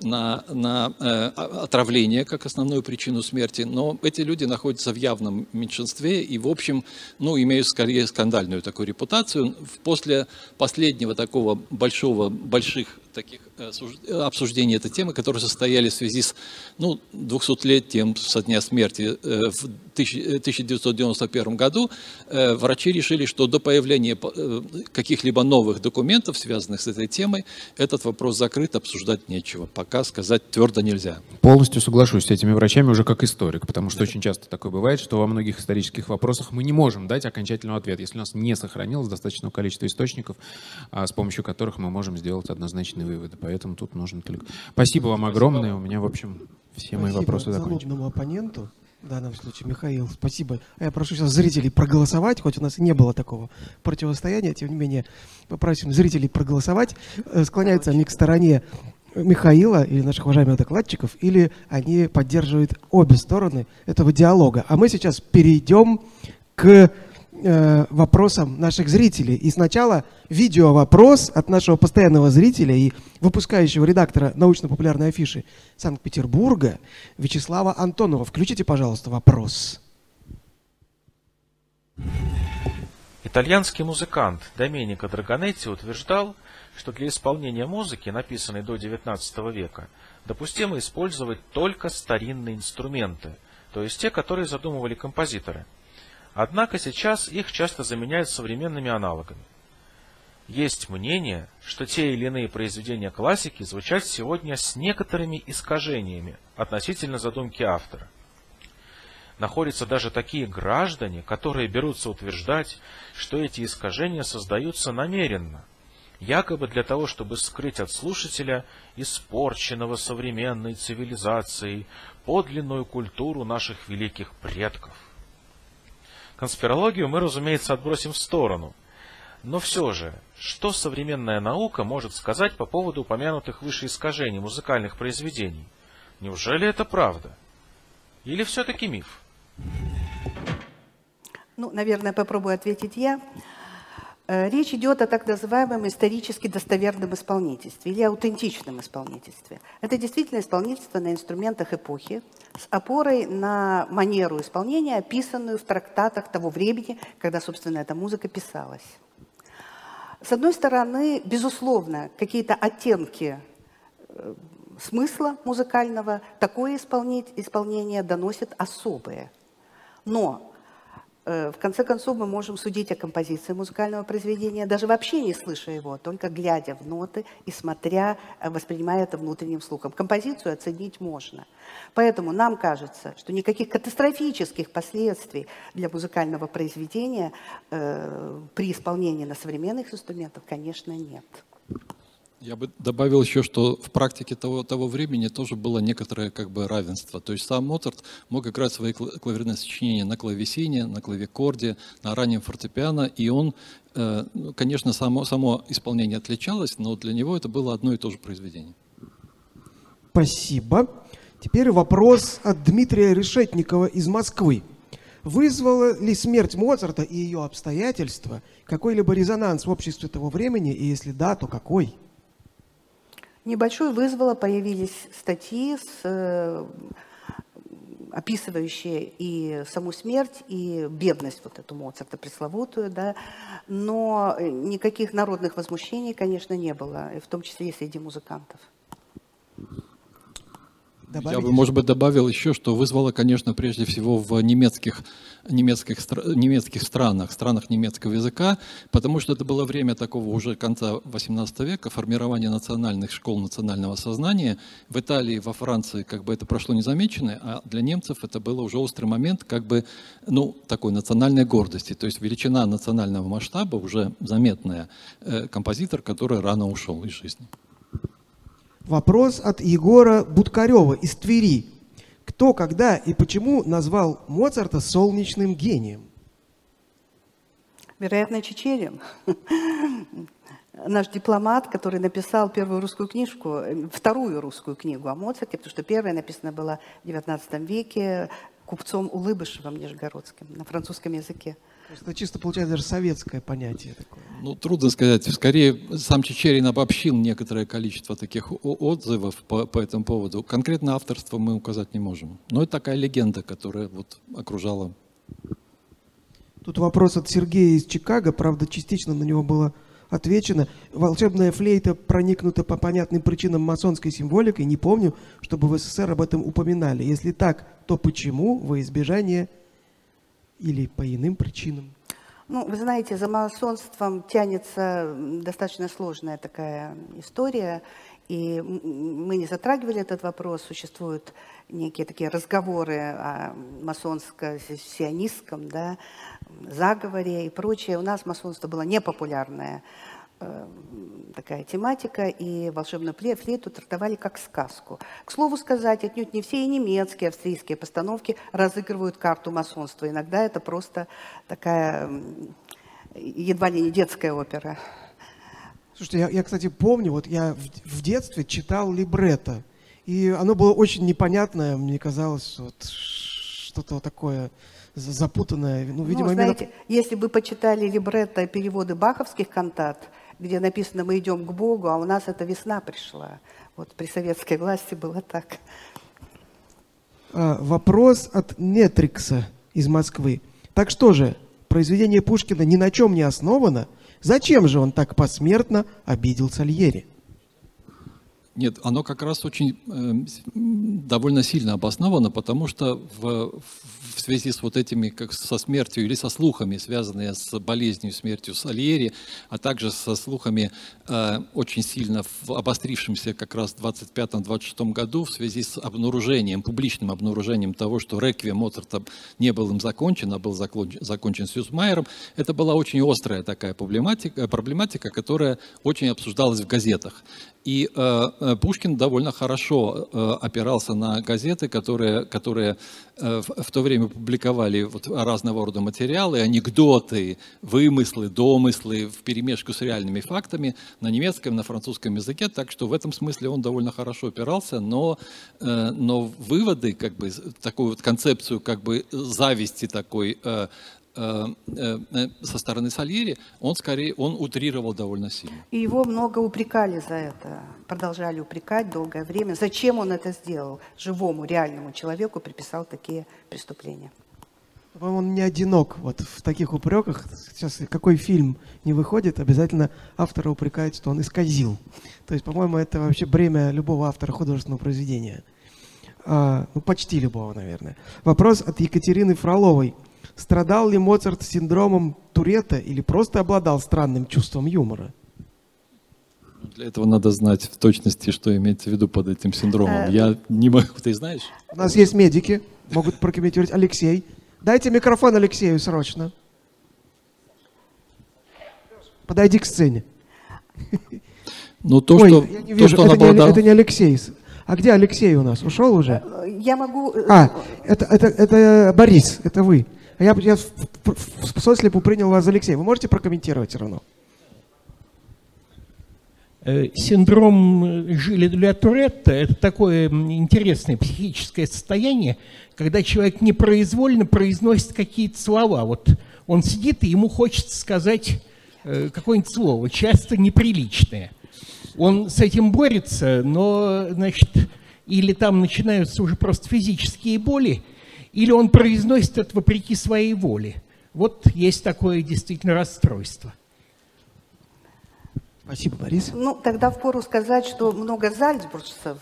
отравление как основную причину смерти, но эти люди находятся в явном меньшинстве и, в общем, имеют скорее скандальную такую репутацию. После последнего такого больших таких обсуждений этой темы, которые состоялись в связи с 200-летием со дня смерти в 1991 году, врачи решили, что до появления каких-либо новых документов, связанных с этой темой, этот вопрос закрыт, обсуждать нечего. Пока сказать твердо нельзя. Полностью соглашусь с этими врачами уже как историк, потому что очень часто такое бывает, что во многих исторических вопросах мы не можем дать окончательного ответа, если у нас не сохранилось достаточного количества источников, с помощью которых мы можем сделать однозначные выводы. Поэтому тут нужно только... Спасибо вам огромное. У меня, в общем, все мои вопросы закончены. Спасибо занудному оппоненту, в данном случае, Михаил, спасибо. Я прошу сейчас зрителей проголосовать, хоть у нас и не было такого противостояния, тем не менее, попросим зрителей проголосовать. Склоняются они к стороне Михаила или наших уважаемых докладчиков, или они поддерживают обе стороны этого диалога. А мы сейчас перейдем к вопросам наших зрителей. И сначала видеовопрос от нашего постоянного зрителя и выпускающего редактора научно-популярной афиши Санкт-Петербурга Вячеслава Антонова. Включите, пожалуйста, вопрос. Итальянский музыкант Доменико Драгонетти утверждал, что для исполнения музыки, написанной до XIX века, допустимо использовать только старинные инструменты, то есть те, которые задумывали композиторы. Однако сейчас их часто заменяют современными аналогами. Есть мнение, что те или иные произведения классики звучат сегодня с некоторыми искажениями относительно задумки автора. Находятся даже такие граждане, которые берутся утверждать, что эти искажения создаются намеренно, якобы для того, чтобы скрыть от слушателя испорченного современной цивилизацией подлинную культуру наших великих предков. Конспирологию мы, разумеется, отбросим в сторону. Но все же, что современная наука может сказать по поводу упомянутых выше искажений музыкальных произведений? Неужели это правда? Или все-таки миф? Наверное, попробую ответить я. Речь идет о так называемом исторически достоверном исполнительстве или аутентичном исполнительстве. Это действительно исполнительство на инструментах эпохи с опорой на манеру исполнения, описанную в трактатах того времени, когда, собственно, эта музыка писалась. С одной стороны, безусловно, какие-то оттенки смысла музыкального такое исполнение доносит особые. Но в конце концов, мы можем судить о композиции музыкального произведения, даже вообще не слыша его, только глядя в ноты и воспринимая это внутренним слухом. Композицию оценить можно. Поэтому нам кажется, что никаких катастрофических последствий для музыкального произведения при исполнении на современных инструментах, конечно, нет. Я бы добавил еще, что в практике того времени тоже было некоторое равенство. То есть сам Моцарт мог играть свои клавирные сочинения на клавесине, на клавикорде, на раннем фортепиано, и он, конечно, само исполнение отличалось, но для него это было одно и то же произведение. Спасибо. Теперь вопрос от Дмитрия Решетникова из Москвы. Вызвала ли смерть Моцарта и ее обстоятельства какой-либо резонанс в обществе того времени, и если да, то какой? Небольшой вызвало, появились статьи, описывающие и саму смерть, и бедность эту Моцарта пресловутую, да, но никаких народных возмущений, конечно, не было, в том числе и среди музыкантов. Я бы, может быть, добавил еще, что вызвало, конечно, прежде всего в немецких странах немецкого языка, потому что это было время такого уже конца XVIII века, формирования национальных школ национального сознания. В Италии, во Франции это прошло незамеченное, а для немцев это был уже острый момент такой национальной гордости, то есть величина национального масштаба уже заметная. Композитор, который рано ушел из жизни. Вопрос от Егора Будкарева из Твери. Кто, когда и почему назвал Моцарта солнечным гением? Вероятно, Чичерин. Наш дипломат, который написал первую русскую книжку, вторую русскую книгу о Моцарте, потому что первая написана была в XIX веке купцом Улыбышевым Нижегородским на французском языке. Это чисто, получается, даже советское понятие такое. Ну, трудно сказать. Скорее, сам Чичерин обобщил некоторое количество таких отзывов по этому поводу. Конкретно авторство мы указать не можем. Но это такая легенда, которая вот окружала. Тут вопрос от Сергея из Чикаго, правда, частично на него было отвечено. Волшебная флейта проникнута по понятным причинам масонской символикой. Не помню, чтобы в СССР об этом упоминали. Если так, то почему во избежание или по иным причинам? Ну, вы знаете, за масонством тянется достаточно сложная такая история, и мы не затрагивали этот вопрос. Существуют некие такие разговоры о масонско-сионистском, да, заговоре и прочее. У нас масонство было непопулярное. Такая тематика, и волшебную флейту трактовали как сказку. К слову сказать, отнюдь не все и немецкие, австрийские постановки разыгрывают карту масонства. Иногда это просто такая едва ли не детская опера. Слушайте, я, кстати, помню, вот я в детстве читал либретто, и оно было очень непонятное, мне казалось, вот что-то такое запутанное. Ну, видимо, знаете, если бы почитали либретто переводы баховских кантат, где написано «Мы идем к Богу», а у нас эта весна пришла. Вот при советской власти было так. Вопрос от Нетрикса из Москвы. Так что же, произведение Пушкина ни на чем не основано? Зачем же он так посмертно обидел Сальери? Нет, оно как раз очень довольно сильно обосновано, потому что в связи с вот этими, как со смертью или со слухами, связанные с болезнью, смертью Сальери, а также со слухами, очень сильно обострившимся как раз в 25-26 году в связи с обнаружением, публичным обнаружением того, что реквием Моцарта не был им закончен, а был закончен Сюсмайером, это была очень острая такая проблематика, которая очень обсуждалась в газетах. И Пушкин довольно хорошо опирался на газеты, которые в то время публиковали вот разного рода материалы, анекдоты, вымыслы, домыслы вперемешку с реальными фактами на немецком, на французском языке, так что в этом смысле он довольно хорошо опирался, но выводы, как бы, такую вот концепцию как бы зависти такой со стороны Сальери, он утрировал довольно сильно. И его много упрекали за это, продолжали упрекать долгое время. Зачем он это сделал? Живому, реальному человеку приписал такие преступления. По-моему, он не одинок вот в таких упреках. Сейчас какой фильм не выходит, обязательно автора упрекают, что он исказил. То есть, по-моему, это вообще бремя любого автора художественного произведения. Ну, почти любого, наверное. Вопрос от Екатерины Фроловой. Страдал ли Моцарт синдромом Туретта или просто обладал странным чувством юмора? Для этого надо знать в точности, что имеется в виду под этим синдромом. Я не могу, ты знаешь? У нас есть медики, могут прокомментировать. Алексей. Дайте микрофон Алексею срочно. Подойди к сцене. Ну, я не вижу, это не Алексей. А где Алексей у нас? Ушел уже? Я могу... Это Борис, это вы. Я в сослепу принял вас за Алексея. Вы можете прокомментировать все равно? Синдром Жиля-Туретта – это такое интересное психическое состояние, когда человек непроизвольно произносит какие-то слова. Вот он сидит, и ему хочется сказать какое-нибудь слово, часто неприличное. Он с этим борется, но, значит, или там начинаются уже просто физические боли, или он произносит это вопреки своей воле. Вот есть такое действительно расстройство. Спасибо, Борис. Ну, тогда впору сказать, что много зальцбуржцев,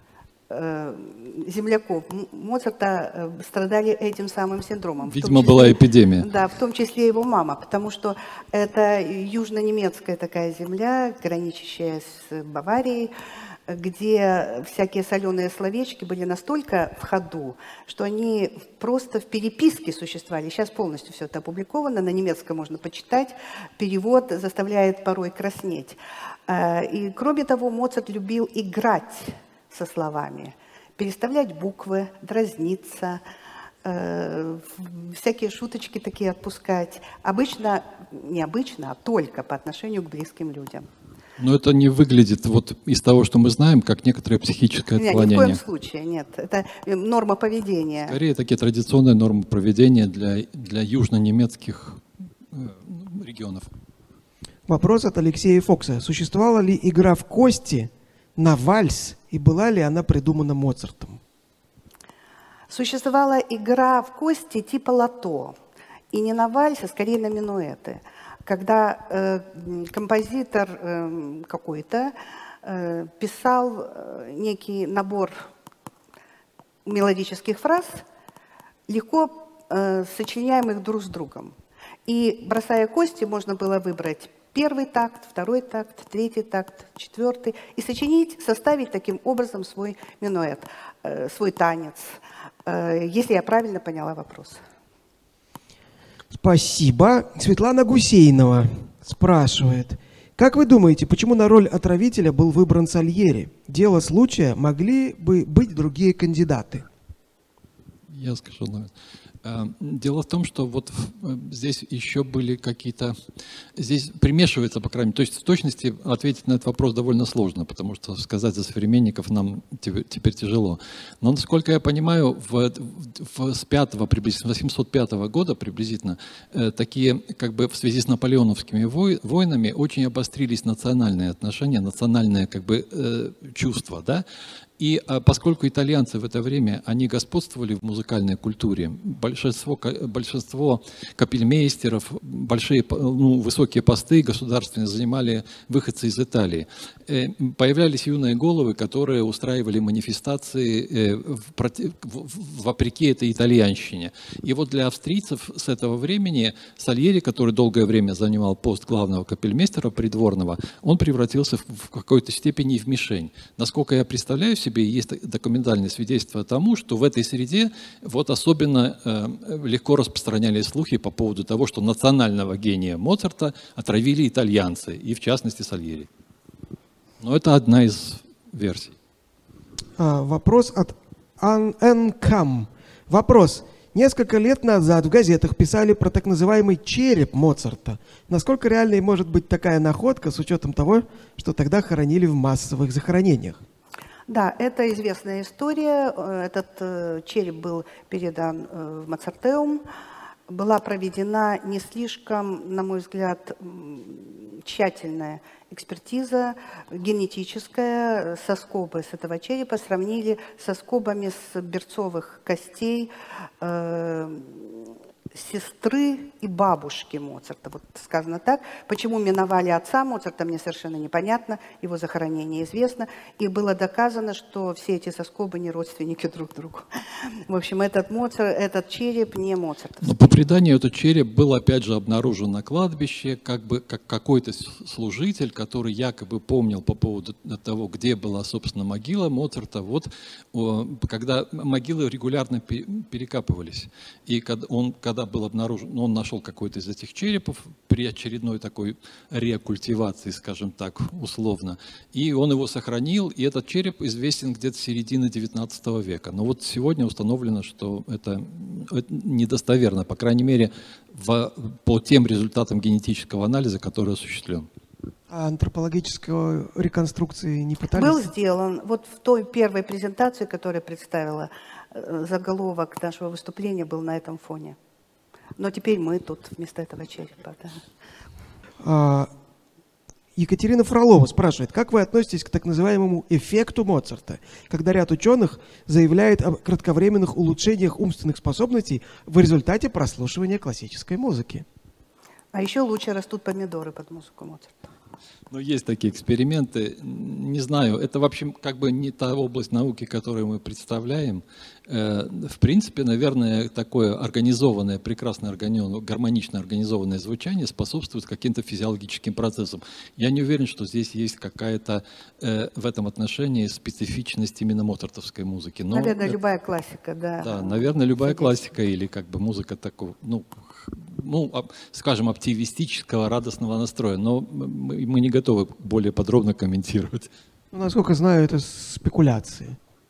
земляков Моцарта, страдали этим самым синдромом. Видимо, была эпидемия. Да, в том числе его мама, потому что это южно-немецкая такая земля, граничащая с Баварией, где всякие соленые словечки были настолько в ходу, что они просто в переписке существовали. Сейчас полностью все это опубликовано, на немецком можно почитать. Перевод заставляет порой краснеть. И кроме того, Моцарт любил играть со словами, переставлять буквы, дразниться, всякие шуточки такие отпускать. Обычно, не обычно, а только по отношению к близким людям. Но это не выглядит, вот из того, что мы знаем, как некоторое психическое отклонение. Нет, ни в коем случае, нет. Это норма поведения. Скорее, такие традиционные нормы поведения для южно-немецких регионов. Вопрос от Алексея Фокса. Существовала ли игра в кости на вальс и была ли она придумана Моцартом? Существовала игра в кости типа лото. И не на вальс, а скорее на минуэты. Когда композитор какой-то писал некий набор мелодических фраз, легко сочиняемых друг с другом. И, бросая кости, можно было выбрать первый такт, второй такт, третий такт, четвертый, и сочинить, составить таким образом свой минуэт, свой танец, если я правильно поняла вопрос. Спасибо. Светлана Гусейнова спрашивает. Как вы думаете, почему на роль отравителя был выбран Сальери? Дело случая, могли бы быть другие кандидаты? Я скажу, наверное. Дело в том, что вот здесь еще были какие-то... Здесь примешивается, по крайней мере. То есть в точности ответить на этот вопрос довольно сложно, потому что сказать за современников нам теперь тяжело. Но, насколько я понимаю, с 805 года приблизительно такие, как бы в связи с наполеоновскими войнами, очень обострились национальные отношения, национальные как бы чувства, да? И поскольку итальянцы в это время, они господствовали в музыкальной культуре, большинство капельмейстеров, высокие посты государственные занимали выходцы из Италии. Появлялись юные головы, которые устраивали манифестации вопреки этой итальянщине. И вот для австрийцев с этого времени Сальери, который долгое время занимал пост главного капельмейстера придворного, он превратился в какой-то степени в мишень. Насколько я представляю себе, есть документальные свидетельства тому, что в этой среде вот особенно легко распространялись слухи по поводу того, что национального гения Моцарта отравили итальянцы, и в частности Сальери. Но это одна из версий. Вопрос от Анкам. Вопрос. Несколько лет назад в газетах писали про так называемый череп Моцарта. Насколько реальной может быть такая находка с учетом того, что тогда хоронили в массовых захоронениях? Да, это известная история. Этот череп был передан в Моцартеум. Была проведена не слишком, на мой взгляд, тщательная экспертиза генетическая. Соскобы с этого черепа сравнили со скобами с берцовых костей сестры и бабушки Моцарта. Вот сказано так. Почему миновали отца Моцарта, мне совершенно непонятно. Его захоронение известно. И было доказано, что все эти соскобы не родственники друг другу. В общем, этот череп не Моцартовский. Но по преданию этот череп был опять же обнаружен на кладбище, как какой-то служитель, который якобы помнил по поводу того, где была, собственно, могила Моцарта. Вот когда могилы регулярно перекапывались. И когда был обнаружен, он нашел какой-то из этих черепов при очередной такой рекультивации, скажем так, условно, и он его сохранил, и этот череп известен где-то с середины 19 века. Но вот сегодня установлено, что это недостоверно, по крайней мере, по тем результатам генетического анализа, который осуществлен. А антропологической реконструкции не пытались? Был сделан. Вот в той первой презентации, которую я представила, заголовок нашего выступления был на этом фоне. Но теперь мы тут вместо этого черепа. Да. Екатерина Фролова спрашивает, как вы относитесь к так называемому эффекту Моцарта, когда ряд ученых заявляет о кратковременных улучшениях умственных способностей в результате прослушивания классической музыки? А еще лучше растут помидоры под музыку Моцарта. Ну, есть такие эксперименты. Не знаю, это вообще как бы не та область науки, которую мы представляем. В принципе, наверное, такое организованное, прекрасно гармонично организованное звучание способствует каким-то физиологическим процессам. Я не уверен, что здесь есть какая-то в этом отношении специфичность именно моцартовской музыки. Но наверное, любая классика, да. Да, наверное, любая классика или как бы музыка такого, скажем, оптимистического, радостного настроя. Но мы не готовы более подробно комментировать. Насколько знаю, это спекуляции.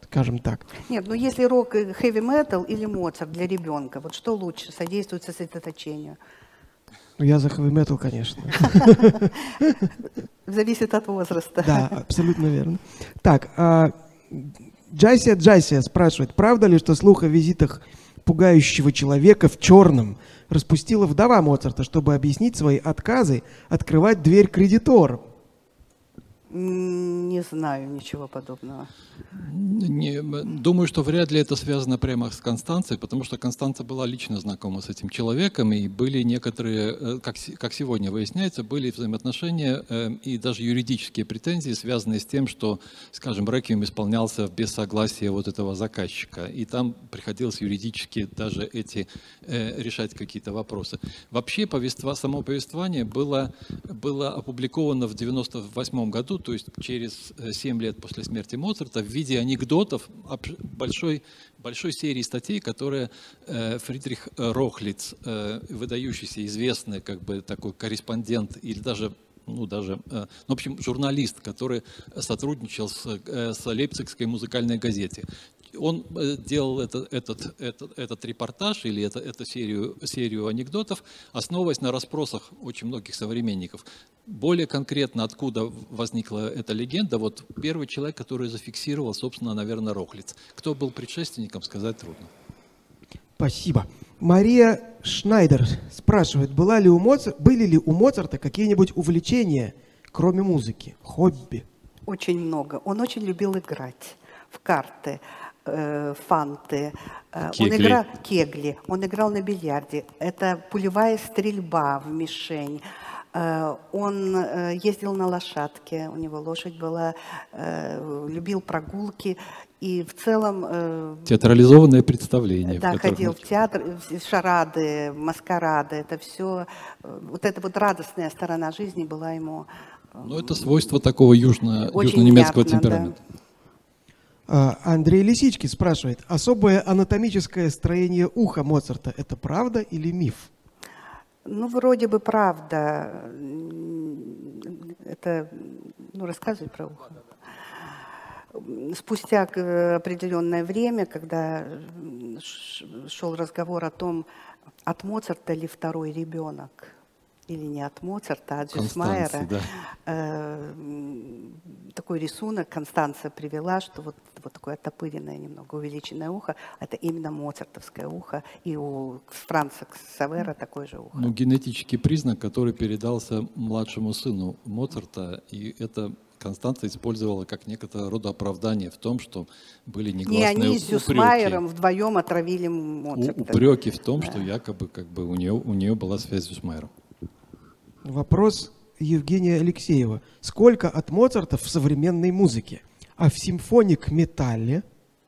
скажем так. Нет, ну если рок, хэви-метал или Моцарт для ребенка, вот что лучше содействует сосредоточению? Я за хэви-метал, конечно. Зависит от возраста. Да, абсолютно верно. Так, Джайсия спрашивает, правда ли, что слух о визитах пугающего человека в черном распустила вдова Моцарта, чтобы объяснить свои отказы открывать дверь кредиторам? Не знаю ничего подобного. Думаю, что вряд ли это связано прямо с Констанцией, потому что Констанция была лично знакома с этим человеком, и были некоторые, как сегодня выясняется, были взаимоотношения и даже юридические претензии, связанные с тем, что, скажем, реквием исполнялся без согласия вот этого заказчика, и там приходилось юридически даже решать какие-то вопросы. Вообще само повествование было опубликовано в 1998 году, то есть через 7 лет после смерти Моцарта, в виде анекдотов большой серии статей, которые Фридрих Рохлиц, выдающийся, известный как бы такой корреспондент или даже в общем, журналист, который сотрудничал с Лейпцигской музыкальной газете. Он делал этот репортаж или эту серию анекдотов, основываясь на расспросах очень многих современников. Более конкретно, откуда возникла эта легенда, вот первый человек, который зафиксировал, собственно, наверное, Рохлиц. Кто был предшественником, сказать трудно. Спасибо. Мария Шнайдер спрашивает, были ли у Моцарта какие-нибудь увлечения, кроме музыки, хобби? Очень много. Он очень любил играть в карты, фанты. Кегли. Он играл на бильярде. Это пулевая стрельба в мишень. Он ездил на лошадке, у него лошадь была, любил прогулки и в целом... Театрализованное представление. Да, ходил в театр, шарады, маскарады, это все, вот эта вот радостная сторона жизни была ему... Ну, это свойство такого южно-немецкого темперамента. Да. Андрей Лисички спрашивает, особое анатомическое строение уха Моцарта – это правда или миф? Ну, вроде бы правда. Это, рассказывай про ухо. Спустя определенное время, когда шел разговор о том, от Моцарта ли второй ребенок, или не от Моцарта, а от Зюсмайера, такой рисунок Констанция привела, что вот такое оттопыренное, немного увеличенное ухо, это именно моцартовское ухо, и у Франца Ксавера такое же ухо. Генетический признак, который передался младшему сыну Моцарта, и это Констанция использовала как некоторое рода оправдание в том, что были негласные упреки. Не они с Зюсмайером вдвоем отравили Моцарта. Упреки в том, что якобы у нее была связь с Зюсмайером. Вопрос Евгения Алексеева. Сколько от Моцарта в современной музыке? А в симфоник-металле?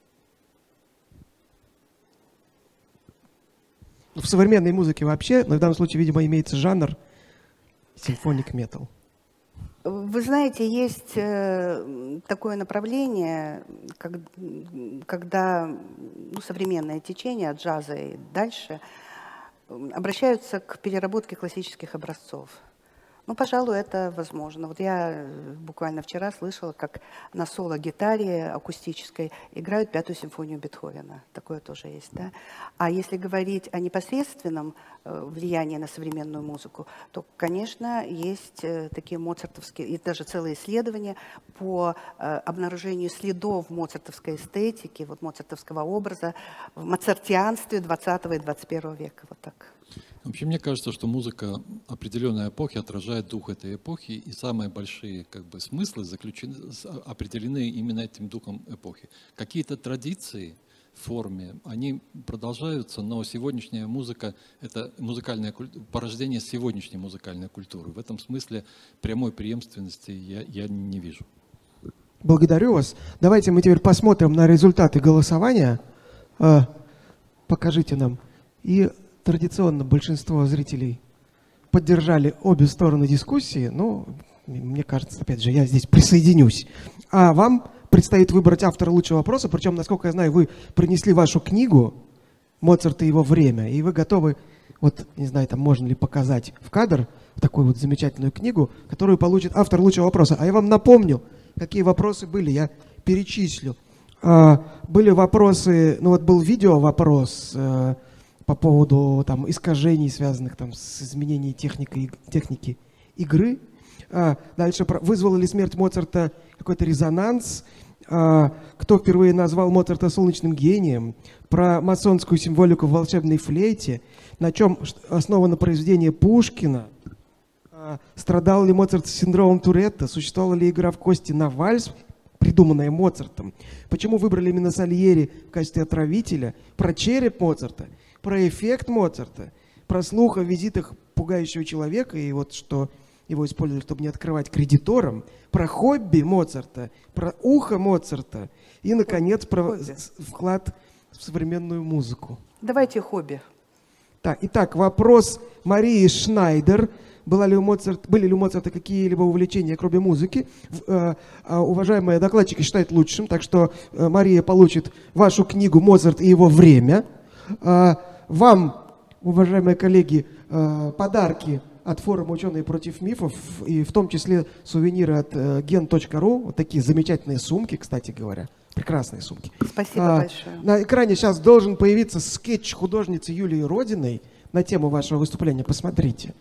В современной музыке вообще, но в данном случае, видимо, имеется жанр симфоник-метал. Вы знаете, есть такое направление, когда современное течение от джаза и дальше обращаются к переработке классических образцов. Пожалуй, это возможно. Вот я буквально вчера слышала, как на соло-гитаре акустической играют Пятую симфонию Бетховена. Такое тоже есть, да? А если говорить о непосредственном влиянии на современную музыку, то, конечно, есть такие моцартовские, и даже целые исследования по обнаружению следов моцартовской эстетики, моцартовского образа в моцартианстве 20 и 21 века. Вот так. Вообще, мне кажется, что музыка определенной эпохи отражает дух этой эпохи, и самые большие смыслы определены именно этим духом эпохи. Какие-то традиции в форме, они продолжаются, но сегодняшняя музыка – это порождение сегодняшней музыкальной культуры. В этом смысле прямой преемственности я не вижу. Благодарю вас. Давайте мы теперь посмотрим на результаты голосования. Покажите нам. И традиционно большинство зрителей поддержали обе стороны дискуссии, но мне кажется, опять же, я здесь присоединюсь. А вам предстоит выбрать автора лучшего вопроса, причем, насколько я знаю, вы принесли вашу книгу «Моцарт и его время», и вы готовы, не знаю, там можно ли показать в кадр такую замечательную книгу, которую получит автор лучшего вопроса. А я вам напомню, какие вопросы были, я перечислю. Были вопросы, ну вот был видео-вопрос по поводу там искажений, связанных там с изменением техники игры. Дальше, вызвала ли смерть Моцарта какой-то резонанс? Кто впервые назвал Моцарта солнечным гением? Про масонскую символику в волшебной флейте? На чем основано произведение Пушкина? Страдал ли Моцарт синдромом Туретта? Существовала ли игра в кости на вальс, придуманная Моцартом? Почему выбрали именно Сальери в качестве отравителя? Про череп Моцарта? Про эффект Моцарта? Про слух о визитах пугающего человека и вот что его использовали, чтобы не открывать кредиторам? Про хобби Моцарта? Про ухо Моцарта? И, наконец, про вклад в современную музыку. Давайте хобби. Так, итак, вопрос Марии Шнайдер. Были ли у Моцарта какие-либо увлечения, кроме музыки? Уважаемые докладчики считают лучшим, так что Мария получит вашу книгу «Моцарт и его время». Вам, уважаемые коллеги, подарки от форума «Ученые против мифов», и в том числе сувениры от gen.ru, вот такие замечательные сумки, кстати говоря, прекрасные сумки. Спасибо большое. На экране сейчас должен появиться скетч художницы Юлии Родиной на тему вашего выступления. Посмотрите.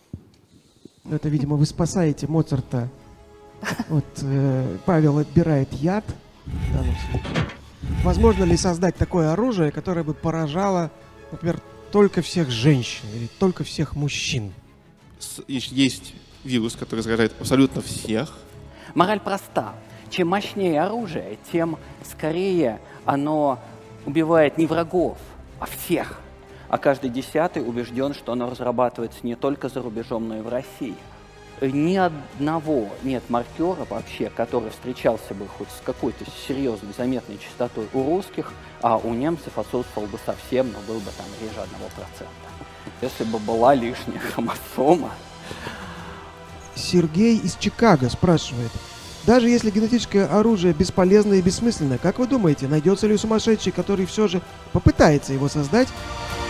Это, видимо, вы спасаете Моцарта. Вот Павел отбирает яд в данном случае. Возможно ли создать такое оружие, которое бы поражало, например, только всех женщин или только всех мужчин? Есть вирус, который заражает абсолютно всех. Мораль проста. Чем мощнее оружие, тем скорее оно убивает не врагов, а всех. А каждый 10-й убежден, что оно разрабатывается не только за рубежом, но и в России. Ни одного нет маркера вообще, который встречался бы хоть с какой-то серьезной, заметной частотой у русских, а у немцев отсутствовал бы совсем, но был бы там реже 1%. Если бы была лишняя хромосома. Сергей из Чикаго спрашивает. Даже если генетическое оружие бесполезно и бессмысленно, как вы думаете, найдется ли сумасшедший, который все же попытается его создать